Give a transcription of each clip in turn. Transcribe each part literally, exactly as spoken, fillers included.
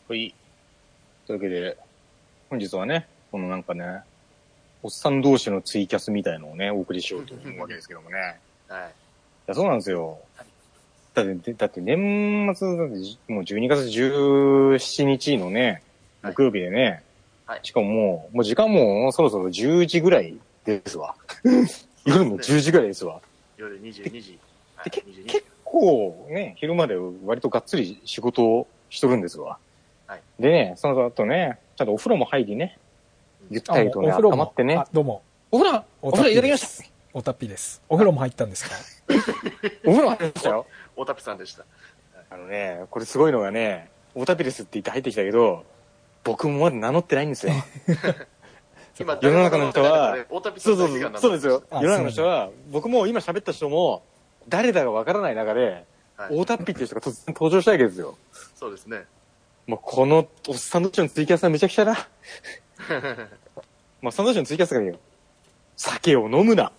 はい。というわけで、本日はね、このなんかね、おっさん同士のツイキャスみたいのをね、お送りしようと思うわけですけどもね。 はい。いや、そうなんですよ。だって、だって年末、だってもうじゅうにがつじゅうしちにちのね、木曜日でね、はい、しかももう、もう時間もそろそろじゅうじぐらいですわ。夜のじゅうじぐらいですわ。 夜にじゅうにじ。 で、はい、結構ね、昼まで割とがっつり仕事をしとるんですわ。はい、でね、その後ね、ちゃんとお風呂も入りね、ゆったりとね、温まってね。 あ、どうも。 お風呂、お風呂いただきました。 おたっぴです。お風呂も入ったんですか？ お風呂入りましたよ。 おたっぴさんでした。 あのね、これすごいのがね、おたっぴですって言って入ってきたけど、僕もまだ名乗ってないんですよ。今世の中の人は、そうそうそう、そうですよ。世の中の人は、僕も今喋った人も、誰だかわからない中で、はい、大田っぴっていう人が突然登場したわけですよ。 そうですね。 もうこのおっさんどっちのツイキャスはめちゃくちゃだ。まあ、その人のツイキャスが言う。酒を飲むな。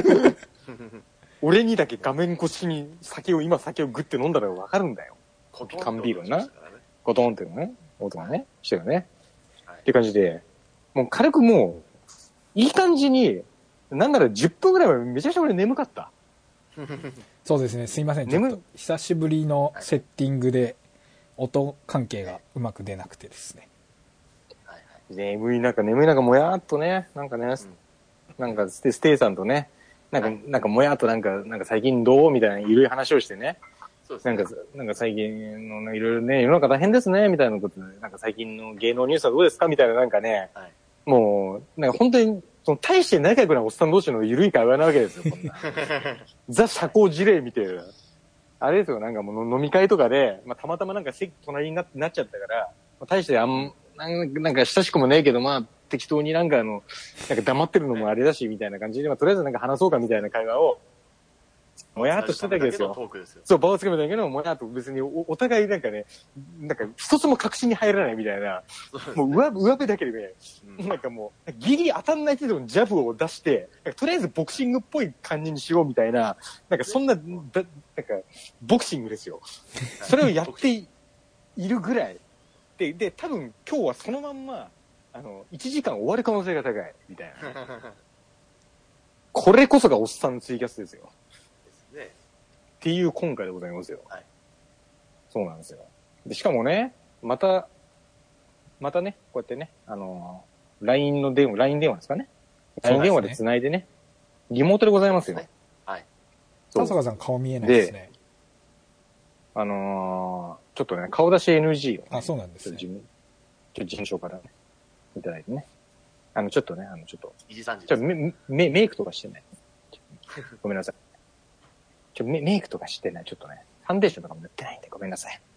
俺にだけ画面越しに酒を、今酒をグッて飲んだらわかるんだよ。缶ビールにな。コトンっていうのね。音がね。してるね。はい、って感じで、もう軽くもう、いい感じに、なんならじゅっぷんぐらいはめちゃくちゃ俺眠かった。 そうですね。すいません。ちょっと久しぶりのセッティングで音関係がうまく出なくてですね。 はいはい、眠い中、眠い中もやーっとね、なんかね、うん、なんかステ、ステイさんとね、なんか、はい、なんかもやーっとなんか、なんか最近どうみたいなゆるい話をしてね。そうですね。なんか、なんか最近のね、いろいろね、世の中大変ですね、みたいなことで、なんか最近の芸能ニュースはどうですかみたいななんかね、はい、もう、なんか本当に、その大して仲良くないおっさん同士のゆるい会話なわけですよ、こんな。ザ社交辞令みたいな。あれですよ、なんかもう飲み会とかで、まあ、たまたまなんか席隣にななっちゃったから、まあ、大してあん、なんか親しくもねえけど、まあ、適当になんかあの、なんか黙ってるのもあれだし、みたいな感じで、まあ、とりあえずなんか話そうかみたいな会話を、もやっとしてたわけですよ。そう、場をつけるだけのもやっと別に お, お互いなんかね、なんか一つも確信に入らないみたいな、もう上上辺だけでね、うん、なんかもう、ギリ当たんない程度のジャブを出して、とりあえずボクシングっぽい感じにしようみたいな、なんかそんな、だなんか、ボクシングですよ。それをやっているぐらい。で、で、多分今日はそのまんま、あの、いちじかん終わる可能性が高い、みたいな。これこそがおっさんのツイキャスですよ。っていう今回でございますよ。はい。そうなんですよ。で、しかもね、また、またね、こうやってね、あのー、ライン の電話、ライン 電話ですかね。ライン 電話で繋いでね、リモートでございますよ。 はい。田坂さん顔見えないですね。 で、あのー、ちょっとね、顔出し エヌジー を、ね。 あ、そうなんですね。 ちょっと事務所からね、いただいてね。あの、ちょっとね、あの、ちょっと、 いじさんじちょっとメ、メ、メイクとかしてない。ごめんなさい。ちょメ、メイクとかしてない。ちょっとね、ファンデーションとかも塗ってないんで、ごめんなさい。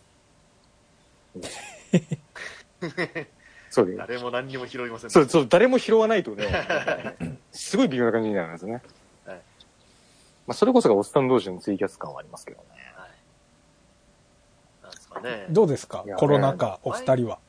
そうで。誰も何にも拾いません。 そう、そう、誰も拾わないとね、すごい微妙な感じになるんですね。はい。まあ、それこそがおっさん同士のツイキャス感はありますけどね。はい。 なんですかね。 どうですか、コロナ禍、お二人は。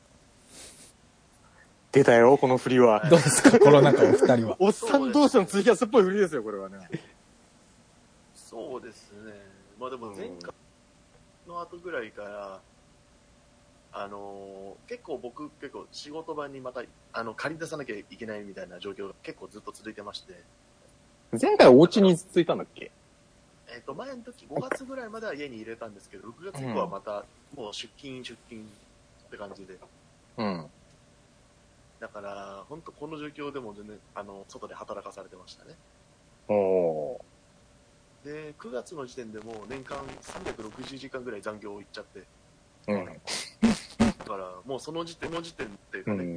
出たよ、この振りは。 どうですか、コロナ禍、お二人は。 おっさん同士のツイキャスっぽい振りですよ、これはね。 そうですね。まあでも前回の後ぐらいから、あのー、結構僕結構仕事場にまたあの借り出さなきゃいけないみたいな状況が結構ずっと続いてまして。 前回お家に着いたんだっけ？ えっと前の時ごがつぐらいまでは家に入れたんですけど、ろくがつ以降はまたもう出勤出勤って感じで。 うん。 だから本当この状況でも全然あの外で働かされてましたね。 おー。 で、くがつの時点でもう年間さんびゃくろくじゅうじかんぐらい残業いっちゃって。 うん。 だから、もうその時点、の時点っていうかね、うんうん、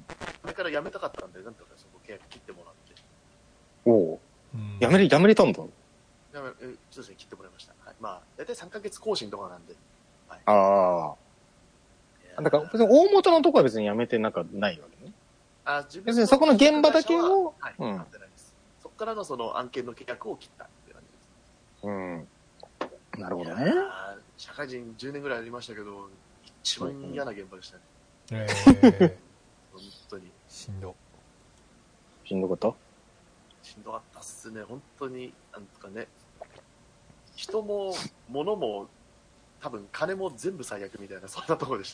それから辞めたかったんで、なんとかその契約切ってもらって。 おお。辞めれ、辞めれたんだ。 辞め、え、そうですね、切ってもらいました。はい。まあ、だいたいさんかげつ更新とかなんで。はい、 ああ。だから、別に大元のとこは別に辞めてなんかないわけね。 あ、自分別にそこの現場だけを、 はい、うん、なってないです。そこからのその案件の契約を切ったって感じです。 うん。なるほどね。 社会人じゅうねんぐらいありましたけど、一番嫌な現場でしたね。 えー、 本当に。 しんど。 しんどかった？ しんどかったっすね。本当に、なんとかね。人も、物も、多分金も全部最悪みたいな、そんなところでした。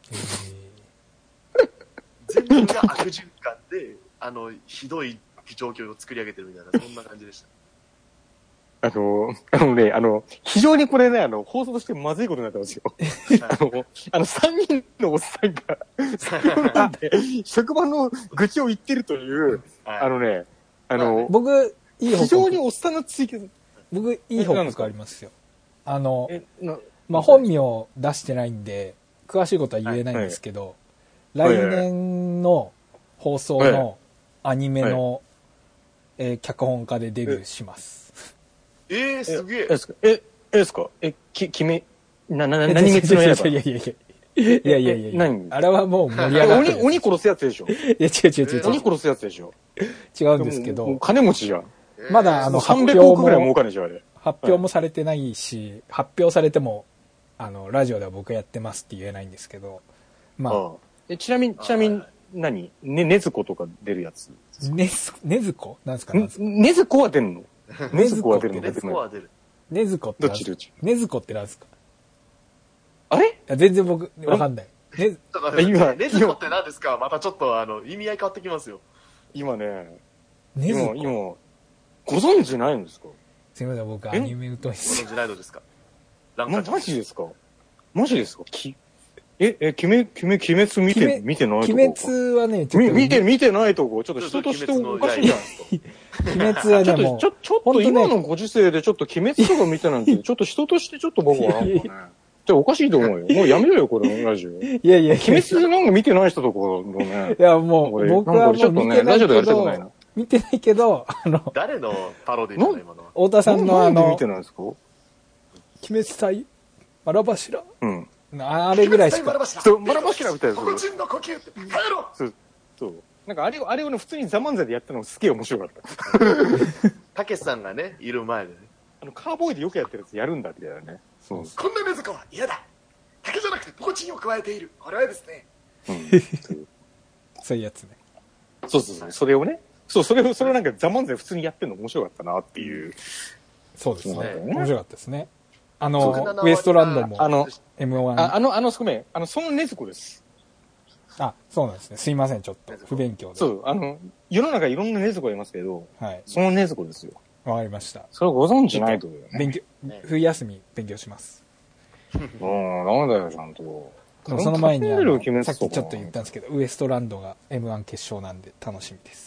全部が悪循環で、あの、ひどい状況を作り上げてるみたいな、そんな感じでした。 あの、あのね、あの、非常にこれね、あの、放送としてまずいことになってますよ。あの、あの、三人のおっさんが、酒を飲んで、職場の愚痴を言ってるという、はい、あのね、あの、まあね、 僕、いい報告。 非常におっさんの追求、 僕、いい報告ありますよ。あの、まあ、本名を出してないんで、詳しいことは言えないんですけど、はいはい、来年の放送のアニメの、はいはいえー、脚本家でデビューします。 えー、すげえ。 え、え、え、ですかえ、き、決め、な、な、な、何滅の刃いやいやいやいやいやいやいや何あれはもう盛り上がってる。 鬼、鬼殺すやつでしょいや違う違う違う。 鬼殺すやつでしょ違うんですけど。 金持ちじゃん。 まだあの、 さんびゃくおくぐらい儲かるでしょあれ。 発表もされてないし、発表されても、あの、ラジオでは僕やってますって言えないんですけど、まあ。 え、ちなみに、ちなみに、何ね、ねずことか出るやつねず、ねずこなんですかねねずこは出るのねずこは出るのねずこは出る。 ねずこってどっちどっちねずこってなんですかあれいや全然僕、わかんない。 ねず、今、ねずこって何ですかまたちょっと、あの、意味合い変わってきますよ。 今ね、 ねずこ今、今、ご存知ないんですかすみません、僕、アニメ疎いです。ご存知ないのですかま、マジですかマジですかきえ、え、決め、決め、鬼滅見て、見てないとこ鬼滅はね、 ちょっと。見て、見てないとこ、ちょっと人としておかしいじゃないですか。 鬼滅はね、もう。 ちょっと、ちょっと今のご時世でちょっと鬼滅とか見てなんて、ちょっと人としてちょっと僕はなんかね、じゃおかしいと思うよ。もうやめろよ、これ、ラジオ。いやいや、 鬼滅なんか見てない人とかもね。 いや、もう、僕はもう見てないけど、見てないけど、あの、 誰のパロディーなの今のは。 太田さんのあの、 見てないですか鬼滅隊、マラ柱。 うん。 あれぐらいしか。 そう、マラ柱みたいな。 黒人の呼吸って帰ろそう。そう。なんかあれを、あれをね、普通にザ・漫才でやったのがすげえ面白かった。 たけしさんがね、いる前でね。 あの、カーボーイでよくやってるやつやるんだ、みたいなね。 そう。こんなねずこは嫌だ竹じゃなくてポコチンを加えている。これはですね。 うん。そういうやつね。 そうそうそう。それをね。そう、それを、それをなんかザ・漫才普通にやってるの面白かったなっていう。 そうですね。面白かったですね。あの、ウエストランドも、 あの、 エムワン。 あ、あの、あの、ごめん、あの、そのねずこです。 あ、そうなんですね。すいません、ちょっと。不勉強で。 そう、あの、世の中いろんなねずこいますけど、はい。そのねずこですよ。 わかりました。 それご存知ないとよね。 勉強、冬休み勉強します。 うん、なんだよ、ちゃんと。 でもその前に、あの、さっきちょっと言ったんですけど、ウエストランドが エムワン 決勝なんで楽しみです。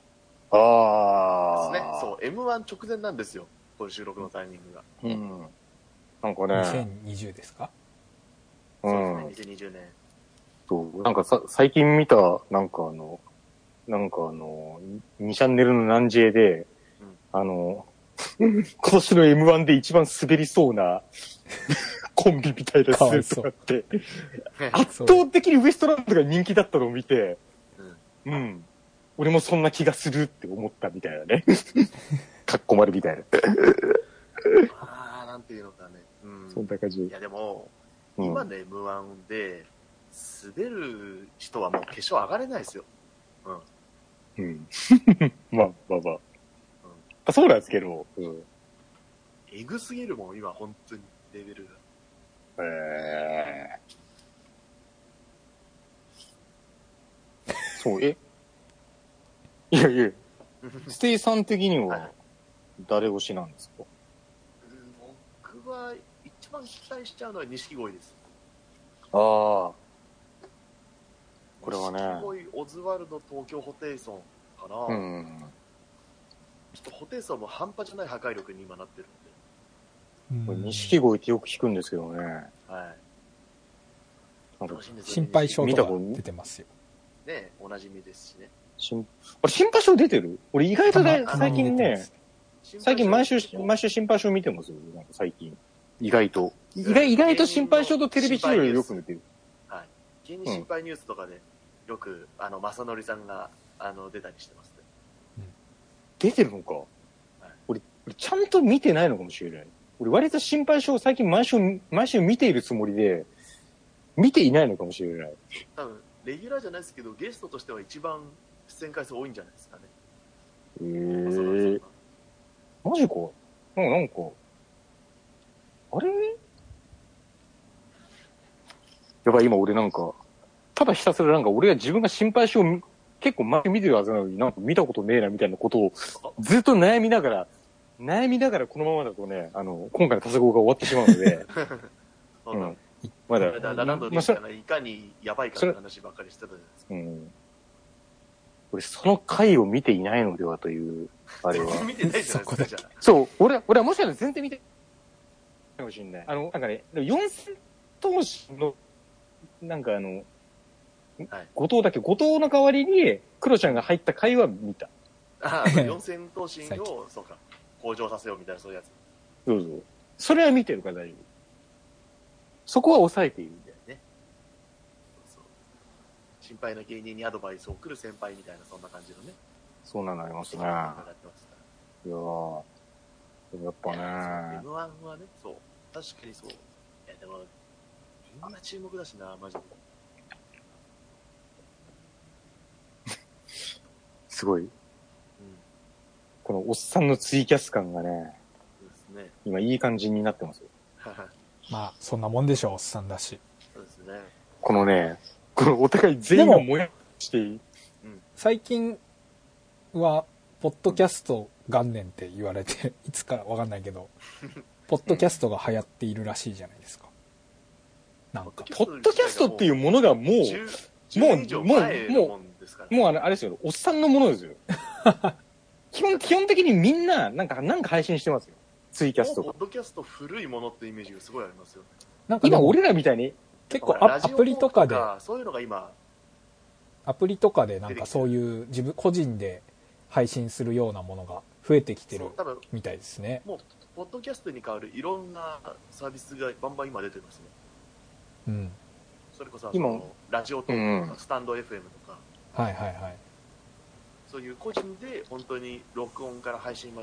ああ。 ですね。そう、エムワン 直前なんですよ。こういう収録のタイミングが。 うん。なんかね。 にせんにじゅうですか？ うん。にせんにじゅうねん。 そう、なんかさ、最近見た、なんかあの、なんかあの、にチャンネルの南 J で、うん、あの、今年の エムワン で一番滑りそうなコンビみたいなスーツがあって、圧倒的にウエストランドが人気だったのを見て、うん、うん。俺もそんな気がするって思ったみたいなね。かっこ丸みたいな。 ああ、なんていうのかね。 うん、そんな感じ。 いやでも、うん、今の エムワン で、滑る人はもう決勝上がれないですよ。 うん。うん。まあまあまあ。うん、そうなんですけど。うん。 えぐすぎるもん、今、本当に、レベルが。へえー。そう、えいやいや、ステイさん的には誰推しなんですか？ 僕は一番期待しちゃうのは錦鯉です。 ああ。これはね。 錦鯉、オズワルド、東京ホテイソンかな。うん。ちょっとホテイソンも半端じゃない破壊力に今なってるんで。これ錦鯉ってよく聞くんですけどね。 はい。 なんか心配性とか出てますよ。 ね、おなじみですしね。 心俺心配性出てる？俺意外とね、最近ね、最近毎週、毎週心配性見てますよ。なんか最近。意外と。意外、意外と心配性とテレビ中よりよく見てる。 はい。芸人心配ニュースとかで、よく、あの、正則さんが、あの、出たりしてますね。 うん、出てるのか、はい、俺、俺、ちゃんと見てないのかもしれない。俺、割と心配性を最近毎週、毎週見ているつもりで、見ていないのかもしれない。 多分、レギュラーじゃないですけど、ゲストとしては一番、出演回数多いんじゃないですかね。 へー。マジか。なんか、あれいやばい、今俺なんか、ただひたすらなんか俺が自分が心配性を結構前見てるはずなのになんか見たことねえなみたいなことをずっと悩みながら、悩みながらこのままだとね、あの、今回のタサゴが終わってしまうので、うん。まだ、 ラランドでしたらいかにやばいかって話ばっかりしてたじゃないですか。うん。 俺その回を見ていないのではという、あれは。 見てないじゃないですか、じゃあ。 そう、俺、俺はもしかしたら全然見てないかもしれない。あの、なんかね、四千頭身の、なんかあの、はい、後藤だけ、後藤の代わりに、クロちゃんが入った回は見た。 ああ、四千頭身を、そうか、向上させようみたいなそういうやつ。 そうそう。それは見てるから大丈夫。そこは抑えているんだよね。 そうそう。心配な芸人にアドバイスを送る先輩みたいな、そんな感じのね。 そうなのありますね。いやー、やっぱね。 エムワン はね、そう。確かにそう。いや、でも、みんな注目だしな、マジで。 すごい、うん。このおっさんのツイキャス感がね、 そうですね、 今いい感じになってますよ。 まあ、そんなもんでしょう、おっさんだし。 そうですね。 このね、このお互い全員がもやしていい。 最近は、ポッドキャスト元年って言われて、いつからわかんないけど、ポッドキャストが流行っているらしいじゃないですか。なんか。 ポッドキャストっていうものがもう、もう、もう、もう、もうあれ、あれですよ、おっさんのものですよ。基本、基本的にみんな、なんか、なんか配信してますよ。ツイキャストが。 ポッドキャスト古いものってイメージがすごいありますよ。 なんか今俺らみたいに、 結構アプリとかで、 そういうのが今、 アプリとかでなんかそういう自分、個人で配信するようなものが増えてきてるみたいですね。 もう、ポッドキャストに代わるいろんなサービスがバンバン今出てますね。 うん。 それこそ、今ラジオトークとか、スタンド エフエム とか。 はいはいはい。 そういう個人で本当に録音から配信まで、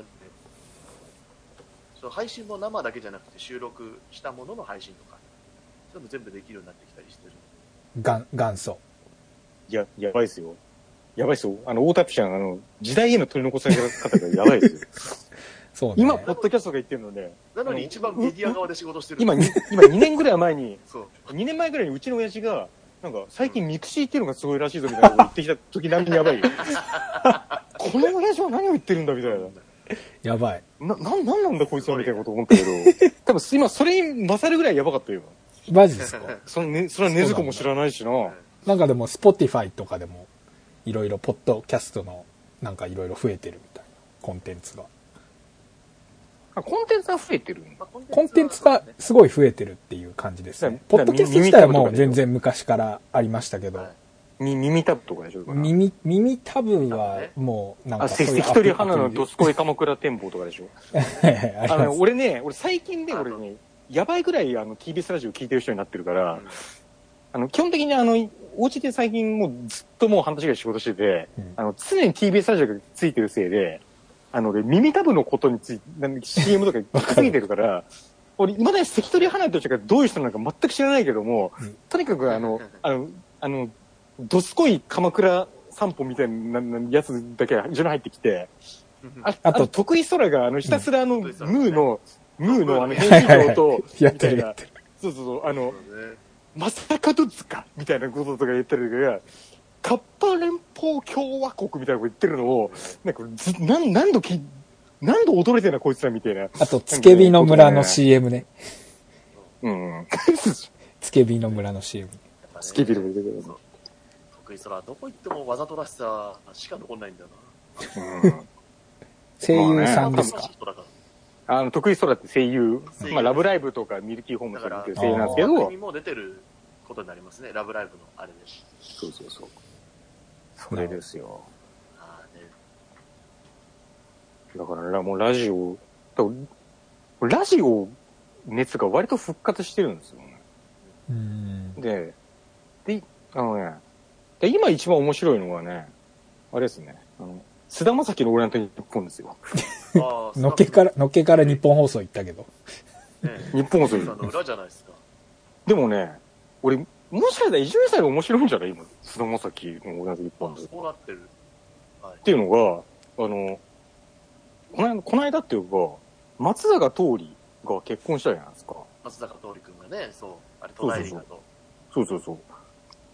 そう配信も生だけじゃなくて収録したものの配信とか、そういうの全部できるようになってきたりしてる。 がん元祖。 いや、やばいですよ。やばいですよ。あの、大田ピちゃん、あの、時代への取り残され方がやばいですよ。 そうね。 今、ポッドキャストが言ってるので。 なのに一番メディア側で仕事してる。 今、今にねんぐらい前に、そう。にねんまえぐらいにうちの親父が、なんか、最近ミクシーっていうのがすごいらしいぞみたいなこと言ってきた時並みにやばいよ。この親父は何を言ってるんだみたいな。 やばい。 な、な、なんなんだこいつはみたいなこと思ったけど、多分今それに勝るぐらいやばかったよ。 マジですか？ そのね、それは根付くも知らないしな。 なんかでも、スポティファイとかでも、いろいろ、ポッドキャストの、なんかいろいろ増えてるみたいな、コンテンツが。 あ、コンテンツは増えてるんだ。 コンテンツがすごい増えてるっていう感じですね。ポッドキャスト自体はもう全然昔からありましたけど。 み、耳タブとかでしょ？ 耳、耳タブはもうなんかそういう。あ、関取花のどすこい鎌倉展望とかでしょ？あの、俺ね、俺最近で俺ね、やばいぐらいあの ティービーエス ラジオ聞いてる人になってるから、うん、あの、基本的にあの、お家で最近もうずっともう半年ぐらい仕事してて、うん、あの、常に ティービーエス ラジオがついてるせいで、あの、耳タブのことについて、シーエム とか聞きすぎてるから、俺、今まで関取花としてがどういう人なのか全く知らないけども、うん、とにかくあの、あの、あの、どすこい鎌倉散歩みたいなやつだけ一緒に入ってきて、あ, あと、得意空が、あの、ひたすらあの、ムーの、ムーのあの、編集長と、みたいな、そうそうそう、あの、まさかどつかみたいなこととか言ってるから、カッパ連邦共和国みたいなこと言ってるのを、なんか、何、何度き、何度驚いてんな、こいつらみたいな。 あと、つけびの村の シーエム ね。 うん。 つけびの村の シーエム。 つけびの村だけど。 得意空、どこ行ってもわざとらしさしか残んないんだよな。 うん。 声優さんですか？ あの、得意空って声優、まあ、ラブライブとかミルキーホームとかっていう声優なんですけど。 番組も出てることになりますね、ラブライブのあれで。 そうそうそう。それですよ。ああね。だからもうラジオ、ラジオ熱が割と復活してるんですよね。 うん。 で、で、あのね、で今一番面白いのはね、あれですね、あの、菅田将暉のオールナイトニッポンですよ。 のっけから、のっけから日本放送行ったけど。 ね、 日本放送行った。裏じゃないですか。 でもね、俺、もしかしたら伊集院さんより面白いんじゃない今、菅田将暉のオールナイトニッポンで。 そうなってる。 はい、っていうのが、あの、この間、この間っていうか、松坂桃李が結婚したじゃないですか。 松坂桃李くんがね、そう、あれ、都内リーガと。 そうそうそうそう。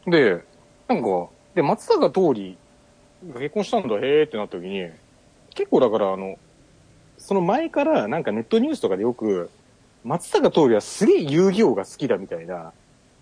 で、なんか、で、松坂桃李が結婚したんだ、へーってなった時に、結構だからあの、その前からなんかネットニュースとかでよく、松坂桃李はすげえ遊戯王が好きだみたいな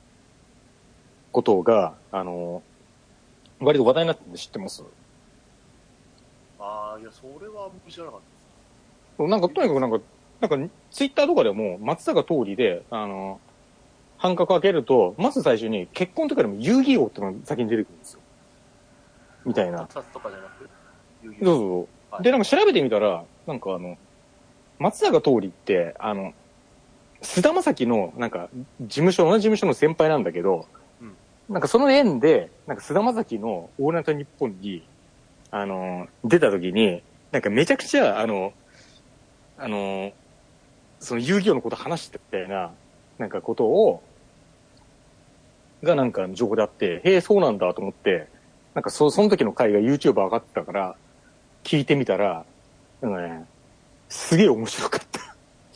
ことが、あの、割と話題になってて知ってます？ ああ、いや、それは知らなかったです。なんか、とにかくなんか、なんか、ツイッターとかでも松坂桃李で、あの、半角開けると、まず最初に結婚とかでも遊戯王ってのが先に出てくるんですよ。みたいな。 とかじゃなく遊戯王。そうそう。はい、で、なんか調べてみたら、なんかあの、松坂桃李って、あの、菅田将暉の、なんか、事務所、同じ事務所の先輩なんだけど、うん、なんかその縁で、なんか菅田将暉のオールナイトニッポンに、あの、出た時に、なんかめちゃくちゃ、あの、あの、その遊戯王のこと話してたみたいな、なんかことを、がなんか情報であって、へえ、そうなんだと思って、なんかそ、その時の回が YouTube 上がってたから、聞いてみたら、なんかね、すげえ面白かった。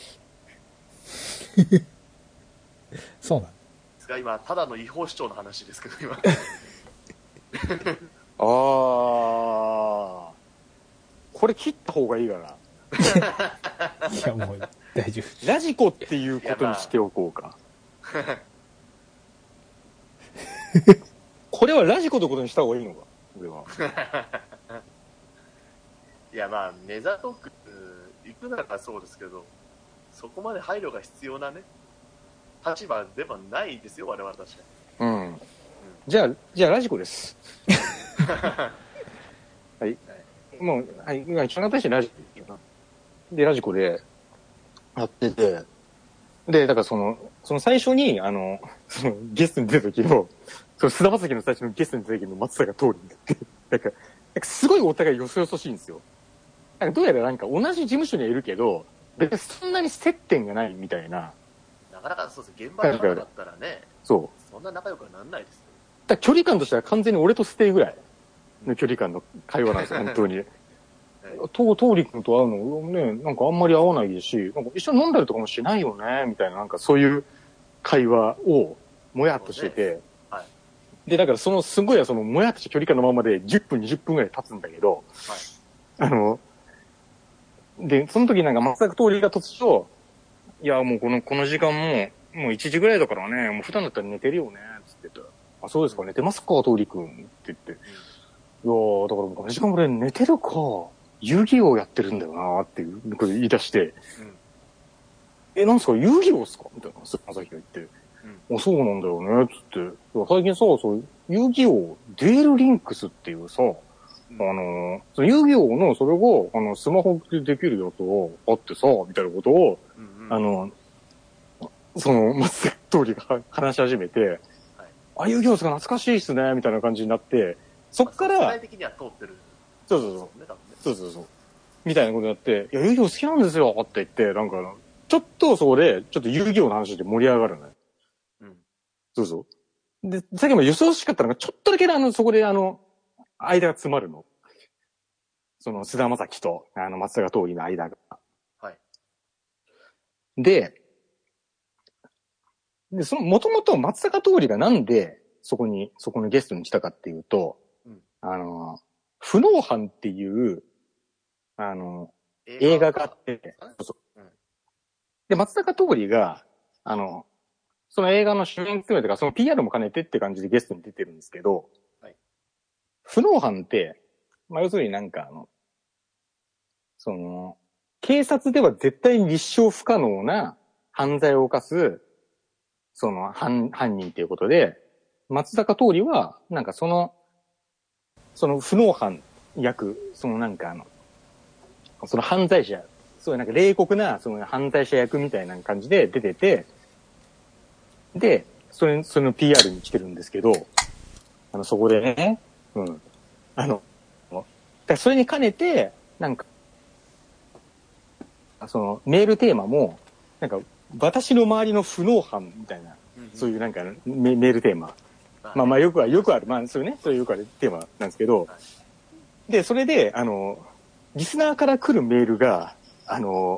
そうなんですか、今、ただの違法主張の話ですけど、今。ああ、これ切った方がいいかな。 いや、もう大丈夫。 ラジコっていうことにしておこうか。これはラジコってことにした方がいいのか、俺は。 いや、まあ、ネザートーク行くならそうですけど、そこまで配慮が必要なね、立場ではないですよ、我々たちは。うん。うん、じゃあ、じゃあラジコです。はい。はい、もう、はい、今一緒になったしラジコ。で、ラジコでやってて、で、だからその、その最初に、あの、そのゲストに出た時の、その菅田将暉の最初のゲストに出た時の松坂桃李って、なんか、なんかすごいお互いよそよそしいんですよ。なんかどうやらなんか同じ事務所にはいるけど、別にそんなに接点がないみたいな。 なかなかそうです、現場とかだったらね、 そう。 そんな仲良くはなんないですよ。 だ距離感としては完全に俺とステイぐらいの距離感の会話なんですよ、本当に。と、とうりくんと会うのね、なんかあんまり会わないですし、なんか一緒に飲んだりとかもしないよね、みたいな、なんかそういう会話をもやっとしてて、ね、はい、で、だからそのすごいそのもやっとした距離感のままでじゅっぷん、にじゅっぷんぐらい経つんだけど、はい、あの、で、その時なんか松坂桃李が突如、いや、もうこの、この時間も、もういちじぐらいだからね、もう普段だったら寝てるよね、つって言って、あ、そうですか、寝てますか、桃李くんって言って、うん、いやー、だからもうこの時間俺寝てるか、遊戯王やってるんだよなーっていうこと言い出して、うん、え、なんすか遊戯王っすかみたいな、菅田将暉が言って、うん、あ、そうなんだよね、つって、最近さ、そう、遊戯王、デュエルリンクスっていうさ、あの、その遊戯王のそれが、あの、スマホでできるやつをあってさ、みたいなことを、うんうん、あの、その、松坂桃李が話し始めて、はい、あ、遊戯王が懐かしいっすね、みたいな感じになって、そっから、 世界的には通ってる。 そうそうそう。そうそうそう。みたいなことになって、いや、遊戯王好きなんですよって言って、なんか、ちょっとそこで、ちょっと遊戯王の話で盛り上がるのよ。うん。そうそう。で、さっきも予想しかったのが、ちょっとだけあの、そこであの、間が詰まるの。その、菅田将暉と、あの、松坂桃李の間が。はい。で、で、その、もともと松坂桃李がなんで、そこに、そこのゲストに来たかっていうと、うん、あの、不能犯っていう、あの、映画があって、そうそう、うん、で、松坂桃李が、あの、その映画の主演含めてか、その ピーアール も兼ねてって感じでゲストに出てるんですけど、はい、不能犯って、まあ、要するになんかあの、その、警察では絶対に立証不可能な犯罪を犯す、その犯、犯人ということで、松坂桃李は、なんかその、その不能犯役、そのなんかあの、その犯罪者、そういうなんか冷酷な、その犯罪者役みたいな感じで出てて、で、それ、その ピーアール に来てるんですけど、あの、そこでね、うん。あの、だそれに兼ねて、なんか、そのメールテーマも、なんか、私の周りの不能犯みたいな、うんうん、そういうなんかメ、メールテーマ。まあまあよくは、よくある、まあそういうね、そういうよくあるテーマなんですけど、で、それで、あの、リスナーから来るメールが、あの、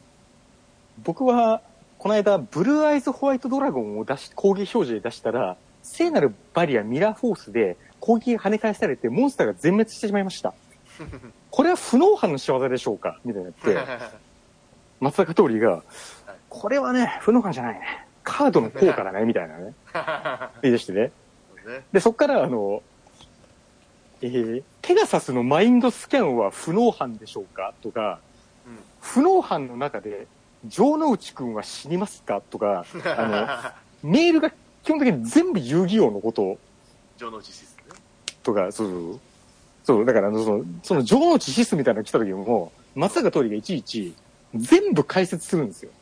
僕は、この間、ブルーアイズホワイトドラゴンを出し、攻撃表示で出したら、 聖なるバリアミラーフォースで攻撃が跳ね返されてモンスターが全滅してしまいました。これは不能犯の仕業でしょうかみたいなって松坂桃李がこれはね不能犯じゃないね、カードの効果だねみたいなね言い出してね。でそっからあの、えー、ペガサスのマインドスキャンは不能犯でしょうかとか、うん、不能犯の中で城之内くんは死にますかとか、あのメールが基本的に全部遊戯王のことを城之内シスねとか、そうそうそうだからあのそのその城之内シスみたいなのが来た時も松坂桃李がいちいち全部解説するんですよ。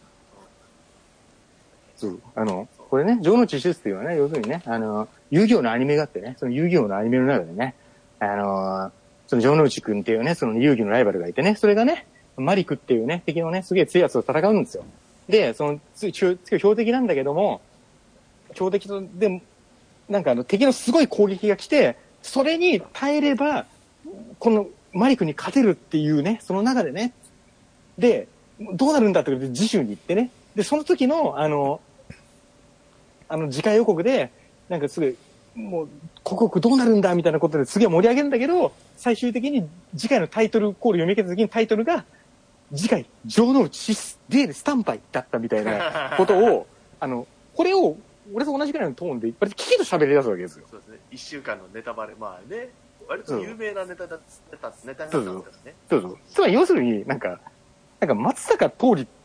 そうあのこれね城之内シスっていうのはね要するにねあの遊戯王のアニメがあってね、その遊戯王のアニメの中でねあのその城之内くんっていうねその遊戯のライバルがいてね、それがねマリクっていうね敵のねすげえ強いやつと戦うんですよ。でそのつ強い標的なんだけども標的とでなんかあの敵のすごい攻撃が来てそれに耐えればこのマリクに勝てるっていうねその中でねでどうなるんだってことで次週に行ってね、でその時のあのあの次回予告でなんかすぐもう刻々どうなるんだみたいなことですげえ盛り上げるんだけど、最終的に次回のタイトルコール読み上げた時にタイトルが次回城之内シスデールスタンバイだったみたいなことをあのこれを俺と同じぐらいのトーンで割とキキと喋り出すわけですよ。 そうですね。一週間のネタバレ、まあね、割と有名なネタだったネタだったんですね。 そうそう。つまり要するになんかなんか松坂桃李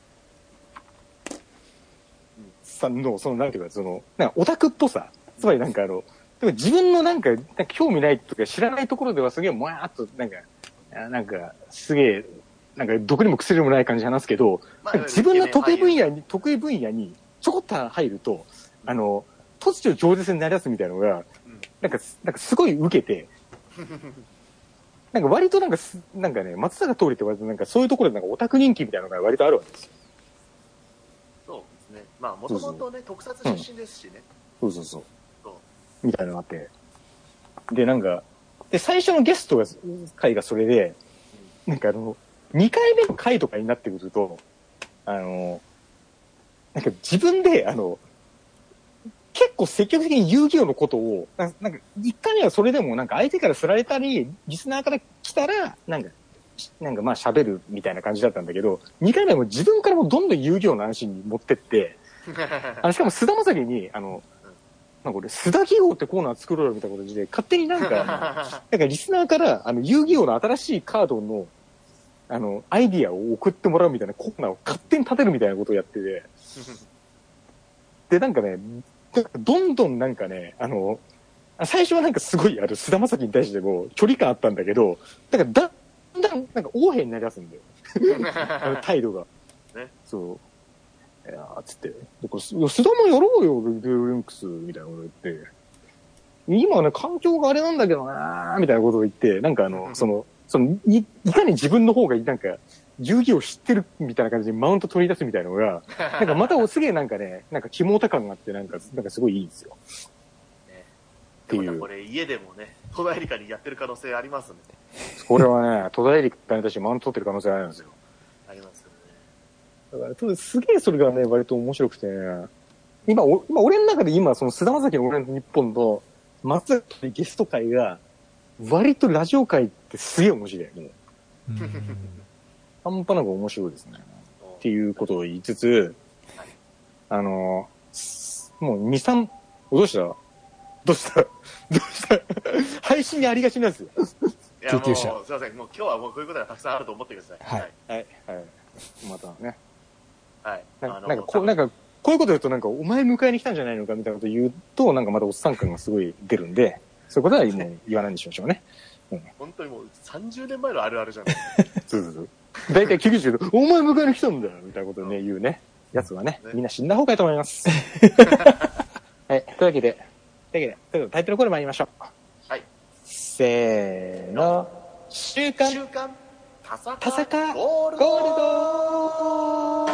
さんのそのなんていうかそのなんかオタクっぽさ、つまりなんかあの自分のなんかなんか興味ないとか知らないところではすげえもやーっとなんかなんかすげえなんか毒にも薬にもない感じで話すけど、まあ、自分の得意分野に得意分野にちょこっと入ると、あの、突如饒舌になりだすみたいなのが、なんか、なんかすごい受けて、なんか割となんか、なんかね、松坂桃李って割となんかそういうところでなんかオタク人気みたいなのが割とあるわけですよ。 そうですね。まあ、もともとね、特撮出身ですしね。 そうそうそう。そうみたいなのがあって。で、なんか、で、最初のゲストが、回がそれで、なんかあの、にかいめの回とかになってくると、あの、なんか自分で、あの、結構積極的に遊戯王のことを、なんか、一回目はそれでもなんか相手から振られたり、リスナーから来たら、なんか、なんかまあ喋るみたいな感じだったんだけど、二回目はもう自分からもどんどん遊戯王の話に持ってって、あのしかも菅田将暉に、あの、なんか俺、須田技王ってコーナー作ろうよみたいなことで、勝手になんか、なんかリスナーから、あの、遊戯王の新しいカードの、あの、アイディアを送ってもらうみたいなコーナーを勝手に立てるみたいなことをやってて、で、なんかね、どんどんなんかね、あの、最初はなんかすごい、あの、菅田将暉に対しても距離感あったんだけど、だからだんだんなんか横柄になりだすんだよ。あの態度が。ね。そう。いやー、つって。で、これ、須田もやろうよ、デュエルリンクス、みたいなこと言って。今はね、環境があれなんだけどなー、みたいなことを言って、なんかあの、その、そのい、いかに自分の方がなんか、遊戯を知ってるみたいな感じでマウント取り出すみたいなのが、なんかまたすげえなんかね、なんか肝タ感があって、なんか、なんかすごいいいんですよ。 ね、っていう。これ家でもね、戸田恵梨香にやってる可能性ありますね。 これはね、戸田恵梨香に対してマウント取ってる可能性あるんですよ。 ありますよね。だから、すげえそれがね、割と面白くてね、今、お今俺の中で今、その菅田将暉の俺の日本と、松坂のゲスト会が、割とラジオ界ってすげえ面白いよね。半端なく面白いですね。っていうことを言いつつ、あの、もうに、さん、どうしたどうしたどうした配信にありがちなんですよ。 救急車。すいません。もう今日はもうこういうことがたくさんあると思ってください。 はい。はい。はい。またね。 はい。 なんか、なんかこう、なんか、こういうこと言うとなんか、お前迎えに来たんじゃないのかみたいなこと言うと、なんかまたおっさん感がすごい出るんで、そういうことはもう言わないにしましょうね。 うん、本当にもうさんじゅうねんまえのあるあるじゃないそうそうそう。大体救急車で、お前迎えに来たんだよみたいなことをね、言うね。やつはね、ねみんな死んだ方がいいと思います。はい。というわけで、というわけで、ということでタイトルコール参りましょう。 はい。 せーの、週刊、 週刊、田坂、 田坂ゴールドゴールド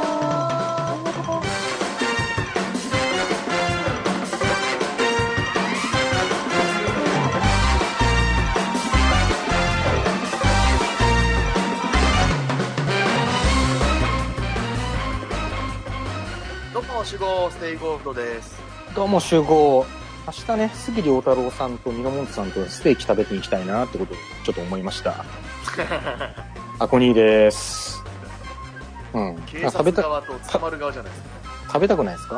どうも、守護ステイゴールドです。 どうも集合。明日ね、杉良太郎さんとミノモントさんとステーキ食べていきたいなってことをちょっと思いました。アコニーです。 うん。警察側と捕まる側じゃないですか。 食べたくないですか？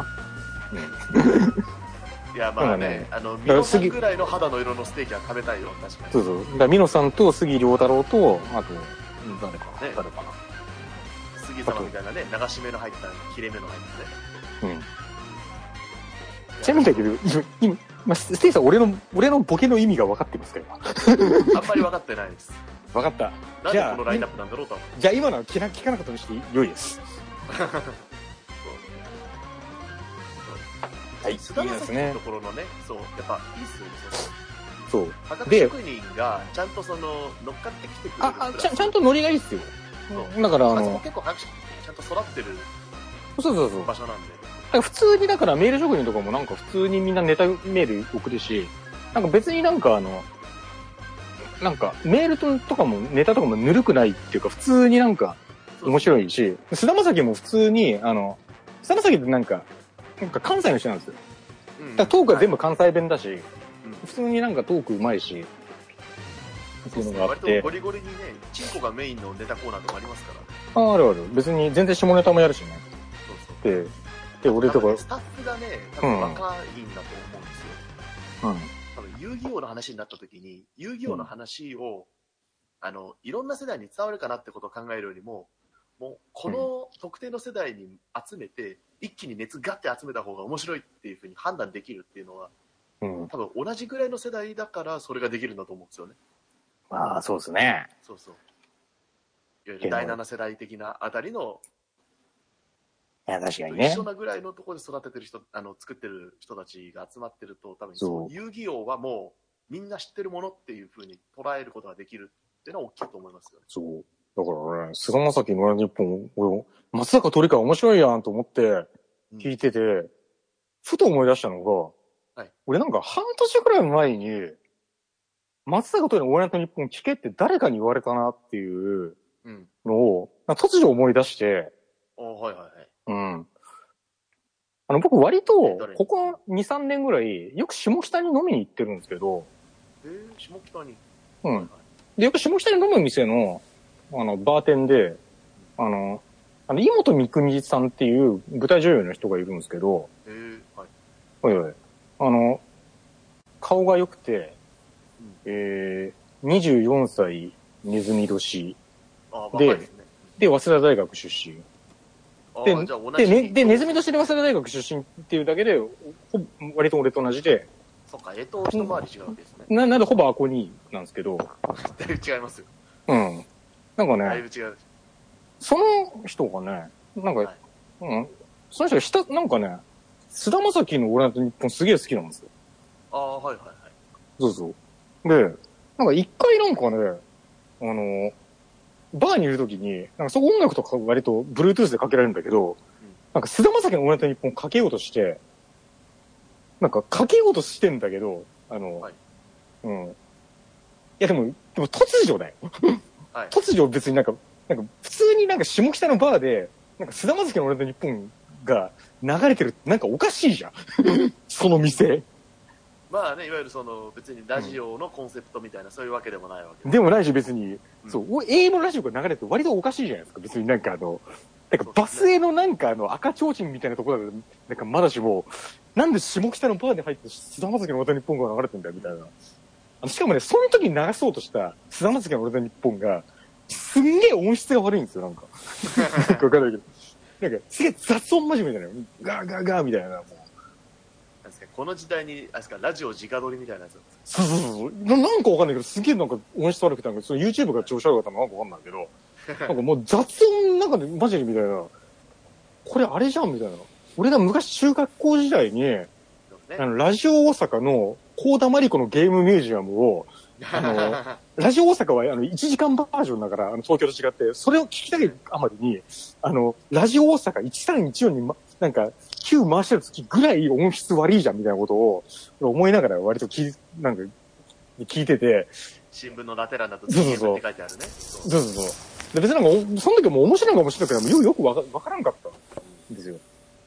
いや、まあね、ねあの、ミノさんぐらいの肌の色のステーキは食べたいよ、確かに。 そうそう。だからミノさんと杉良太郎と、あと、誰か、ね、誰かな。 杉様みたいなね、流し目の入った、切れ目の入ったね。うん。 ちなみにだけど、今、今ステイさん、俺の、俺のボケの意味が分かってますか、今。 あんまり分かってないです。 分かった。 なんでこのラインナップなんだろうと。 じゃあ今のは聞か聞かなかったにして良いです。 はい、須田将暉のところのね、そう、やっぱいいっすよね、 そう。 破格職人がちゃんとその乗っかってきてくれる。 あ、あちゃちゃんとノリがいいっすよ。だからあの、 結構破格職人ちゃんと育ってるそうそうそう場所なんで。 普通にだからメール職人とかもなんか普通にみんなネタメール送るし、なんか別になんかあの、なんかメールとかもネタとかもぬるくないっていうか普通になんか面白いし、菅田将暉も普通にあの、菅田将暉ってなんか、なんか関西の人なんですよ。うん、だからトークは全部関西弁だし、はい、普通になんかトークうまいし、 っていうのがあって。割とゴリゴリにね、チンコがメインのネタコーナーとかありますから。ああ、あるある。別に全然下ネタもやるしね。そうそう。で、で、俺とか、ね。 スタッフがね、多分若いんだと思うんですよ。うん。多分遊戯王の話になった時に、遊戯王の話を、うん、あの、いろんな世代に伝わるかなってことを考えるよりも、もう、この特定の世代に集めて、一気に熱ガッて集めた方が面白いっていうふうに判断できるっていうのは、うん、多分同じぐらいの世代だからそれができるんだと思うんですよね。 まあ、そうですね。 そうそう。いわゆるだいなな世代的なあたりの、 いや、確かにね。 一緒なぐらいのところで育ててる人、あの、作ってる人たちが集まってると、多分そう、遊戯王はもう、みんな知ってるものっていうふうに捉えることができるっていうのは大きいと思いますよね。 そう。だからね、菅田将暉の日本、俺、松坂鳥川面白いやんと思って聞いてて、うん、ふと思い出したのが、はい、俺なんか半年くらい前に、松坂鳥のオールナイトニッポン聞けって誰かに言われたなっていうのを、うん、突如思い出して、 あ、はいはいはい。 うん。あの、僕割と、ここに、さんねんぐらい、よく下北に飲みに行ってるんですけど、 えー、下北にうん。はいはい、で、よく下北に飲む店の、あの、バーテンで、あの、あの、井本美久さんっていう舞台女優の人がいるんですけど、 えー、はい。 はいはい。あの、顔が良くて、うん、えー、にじゅうよんさいネズミ年。 あ、若いですね。 で、早稲田大学出身。で、で、ね、で、ネズミ年で早稲田大学出身っていうだけで、ほ割と俺と同じで。 そっか、えと一回り違うわけですね。 な、なんでほぼアコニーなんですけど。 だいぶ違いますよ。 うん。なんかね、 だいぶ違う。 その人がね、なんか、はい、うん、その人がひた、なんかね、菅田将暉のオールナイトニッポンすげえ好きなんですよ。 ああ、はいはいはい。 そうそう。で、なんか一回なんかね、あの、バーにいるときに、なんかそこ音楽とか割と Bluetooth でかけられるんだけど、うん、なんか菅田将暉のオールナイトニッポンかけようとして、なんかかけようとしてんだけど、あの、はい、うん。いやでも、でも突如だよ。はい、突如別になんか、なんか普通になんか下北のバーで、なんか菅田将暉のオールナイトニッポンが流れてるってなんかおかしいじゃん。その店。 まあね、いわゆるその別にラジオのコンセプトみたいな、うん、そういうわけでもないわけでもないし別に、うん、そう、永遠のラジオが流れて割とおかしいじゃないですか。別になんかあの、なんかバスへのなんかあの赤ちょうちんみたいなところだと、なんかまだしも、なんで下北のバーで入って菅田将暉のオールナイトニッポンが流れてんだよみたいな。あのしかもね、その時に流そうとした菅田将暉のオールナイトニッポンが、すんげえ音質が悪いんですよ、なんか。なんかわかんないけど。なんか、すげえ雑音真面目なのよ。ガーガーガーみたいな。もうなんですか、この時代に、あれですか、ラジオ直撮りみたいなやつなんですか。そうそうそうな。なんかわかんないけど、すげえなんか音質悪くて、なんかその YouTube が調子悪かったのなんかわかんないけど、なんかもう雑音なんかでマジでみたいな。これあれじゃんみたいな。俺が昔中学校時代に、ね、あの、ラジオ大阪の高田真理子のゲームミュージアムを、あの、ラジオ大阪はあのいちじかんバージョンだから、あの東京と違って、それを聞きたいあまりに、あの、ラジオ大阪いちさんいちよんに、ま、なんか、きゅう回してる時ぐらい音質悪いじゃんみたいなことを思いながら割とき、なんか、聞いてて。 新聞のラテ欄だとゲームって書いてあるね。 そうそうそう。で別になんか、その時はもう面白いのか面白いのかよくよくわかわからんかったんですよ。